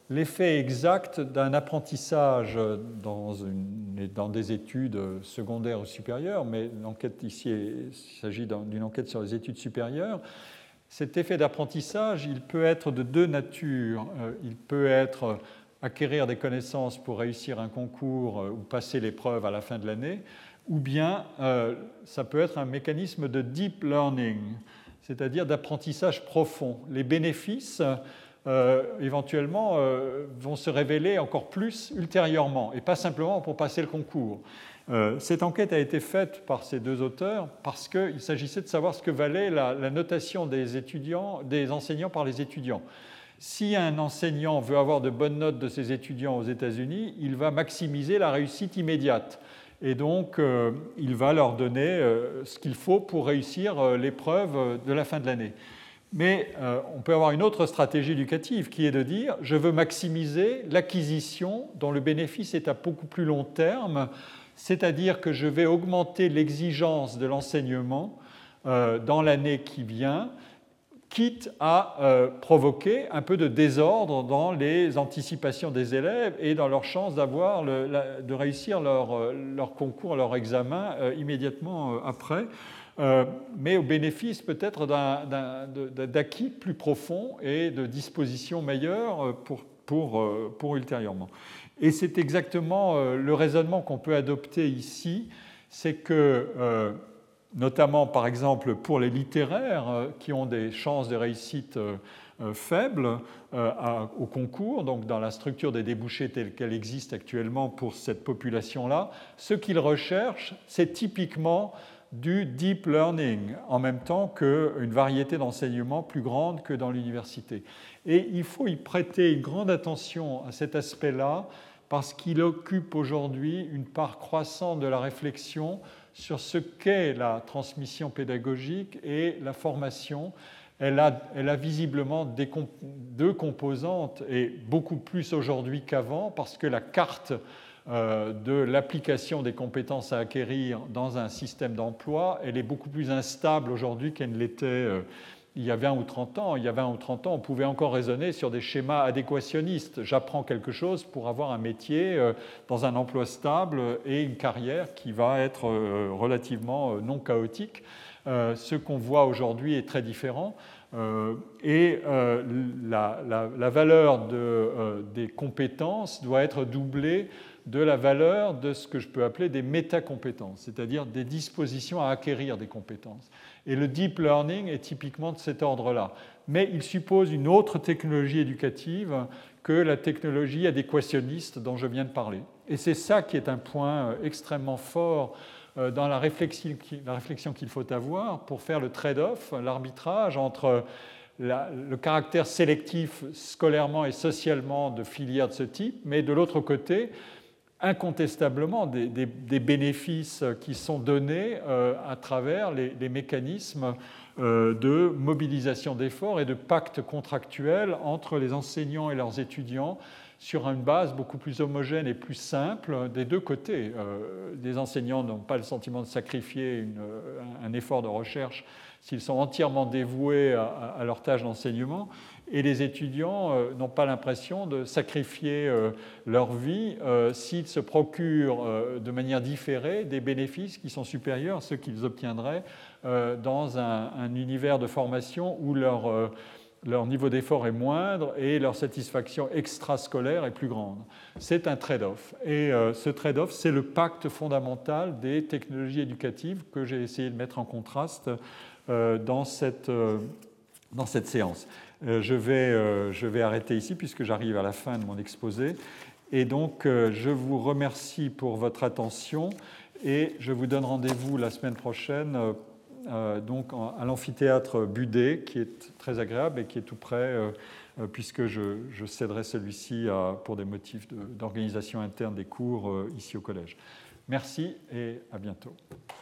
l'effet exact d'un apprentissage dans, une, dans des études secondaires ou supérieures, mais l'enquête ici, il s'agit d'une enquête sur les études supérieures. Cet effet d'apprentissage, il peut être de deux natures. Il peut être acquérir des connaissances pour réussir un concours ou passer l'épreuve à la fin de l'année, ou bien euh, ça peut être un mécanisme de deep learning, c'est-à-dire d'apprentissage profond. Les bénéfices, euh, éventuellement, euh, vont se révéler encore plus ultérieurement, et pas simplement pour passer le concours. Euh, cette enquête a été faite par ces deux auteurs parce qu'il s'agissait de savoir ce que valait la, la notation des étudiants, des enseignants par les étudiants. Si un enseignant veut avoir de bonnes notes de ses étudiants aux États-Unis, il va maximiser la réussite immédiate. Et donc, euh, il va leur donner euh, ce qu'il faut pour réussir euh, l'épreuve de la fin de l'année. Mais euh, on peut avoir une autre stratégie éducative qui est de dire « je veux maximiser l'acquisition dont le bénéfice est à beaucoup plus long terme », c'est-à-dire que je vais augmenter l'exigence de l'enseignement euh, dans l'année qui vient, quitte à euh, provoquer un peu de désordre dans les anticipations des élèves et dans leur chance d'avoir le, la, de réussir leur, leur concours, leur examen euh, immédiatement euh, après, euh, mais au bénéfice peut-être d'un, d'un, d'acquis plus profonds et de dispositions meilleures pour, pour, pour ultérieurement. Et c'est exactement euh, le raisonnement qu'on peut adopter ici, c'est que euh, notamment par exemple pour les littéraires euh, qui ont des chances de réussite euh, euh, faibles euh, à, au concours, donc dans la structure des débouchés telle qu'elle existe actuellement pour cette population-là, ce qu'ils recherchent, c'est typiquement du deep learning, en même temps qu'une variété d'enseignements plus grande que dans l'université. Et il faut y prêter une grande attention à cet aspect-là, parce qu'il occupe aujourd'hui une part croissante de la réflexion sur ce qu'est la transmission pédagogique et la formation. Elle a, elle a visiblement des comp- deux composantes, et beaucoup plus aujourd'hui qu'avant, parce que la carte euh, de l'application des compétences à acquérir dans un système d'emploi, elle est beaucoup plus instable aujourd'hui qu'elle ne l'était euh, il y a vingt ou trente ans. Il y a vingt ou trente ans, on pouvait encore raisonner sur des schémas adéquationnistes. J'apprends quelque chose pour avoir un métier euh, dans un emploi stable et une carrière qui va être euh, relativement euh, non chaotique. Euh, ce qu'on voit aujourd'hui est très différent. Euh, et euh, la, la, la valeur de, euh, des compétences doit être doublée de la valeur de ce que je peux appeler des métacompétences, c'est-à-dire des dispositions à acquérir des compétences. Et le deep learning est typiquement de cet ordre-là. Mais il suppose une autre technologie éducative que la technologie adéquationniste dont je viens de parler. Et c'est ça qui est un point extrêmement fort dans la réflexion, la réflexion qu'il faut avoir pour faire le trade-off, l'arbitrage entre la, le caractère sélectif scolairement et socialement de filières de ce type, mais de l'autre côté, incontestablement des, des, des bénéfices qui sont donnés euh, à travers les, les mécanismes euh, de mobilisation d'efforts et de pactes contractuels entre les enseignants et leurs étudiants sur une base beaucoup plus homogène et plus simple des deux côtés. Euh, les enseignants n'ont pas le sentiment de sacrifier une, un effort de recherche s'ils sont entièrement dévoués à, à leur tâche d'enseignement, et les étudiants euh, n'ont pas l'impression de sacrifier euh, leur vie euh, s'ils se procurent euh, de manière différée des bénéfices qui sont supérieurs à ceux qu'ils obtiendraient euh, dans un, un univers de formation où leur, euh, leur niveau d'effort est moindre et leur satisfaction extrascolaire est plus grande. C'est un trade-off. Et euh, ce trade-off, c'est le pacte fondamental des technologies éducatives que j'ai essayé de mettre en contraste euh, dans cette, euh, dans cette séance. Euh, je, vais, euh, je vais arrêter ici puisque j'arrive à la fin de mon exposé. Et donc, euh, je vous remercie pour votre attention et je vous donne rendez-vous la semaine prochaine euh, euh, donc à l'amphithéâtre Budet, qui est très agréable et qui est tout près, euh, euh, puisque je, je céderai celui-ci à, pour des motifs de, d'organisation interne des cours euh, ici au collège. Merci et à bientôt.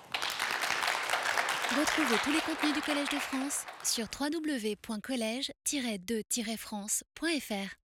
Retrouvez tous les contenus du Collège de France sur w w w point collège tiret de tiret france point f r.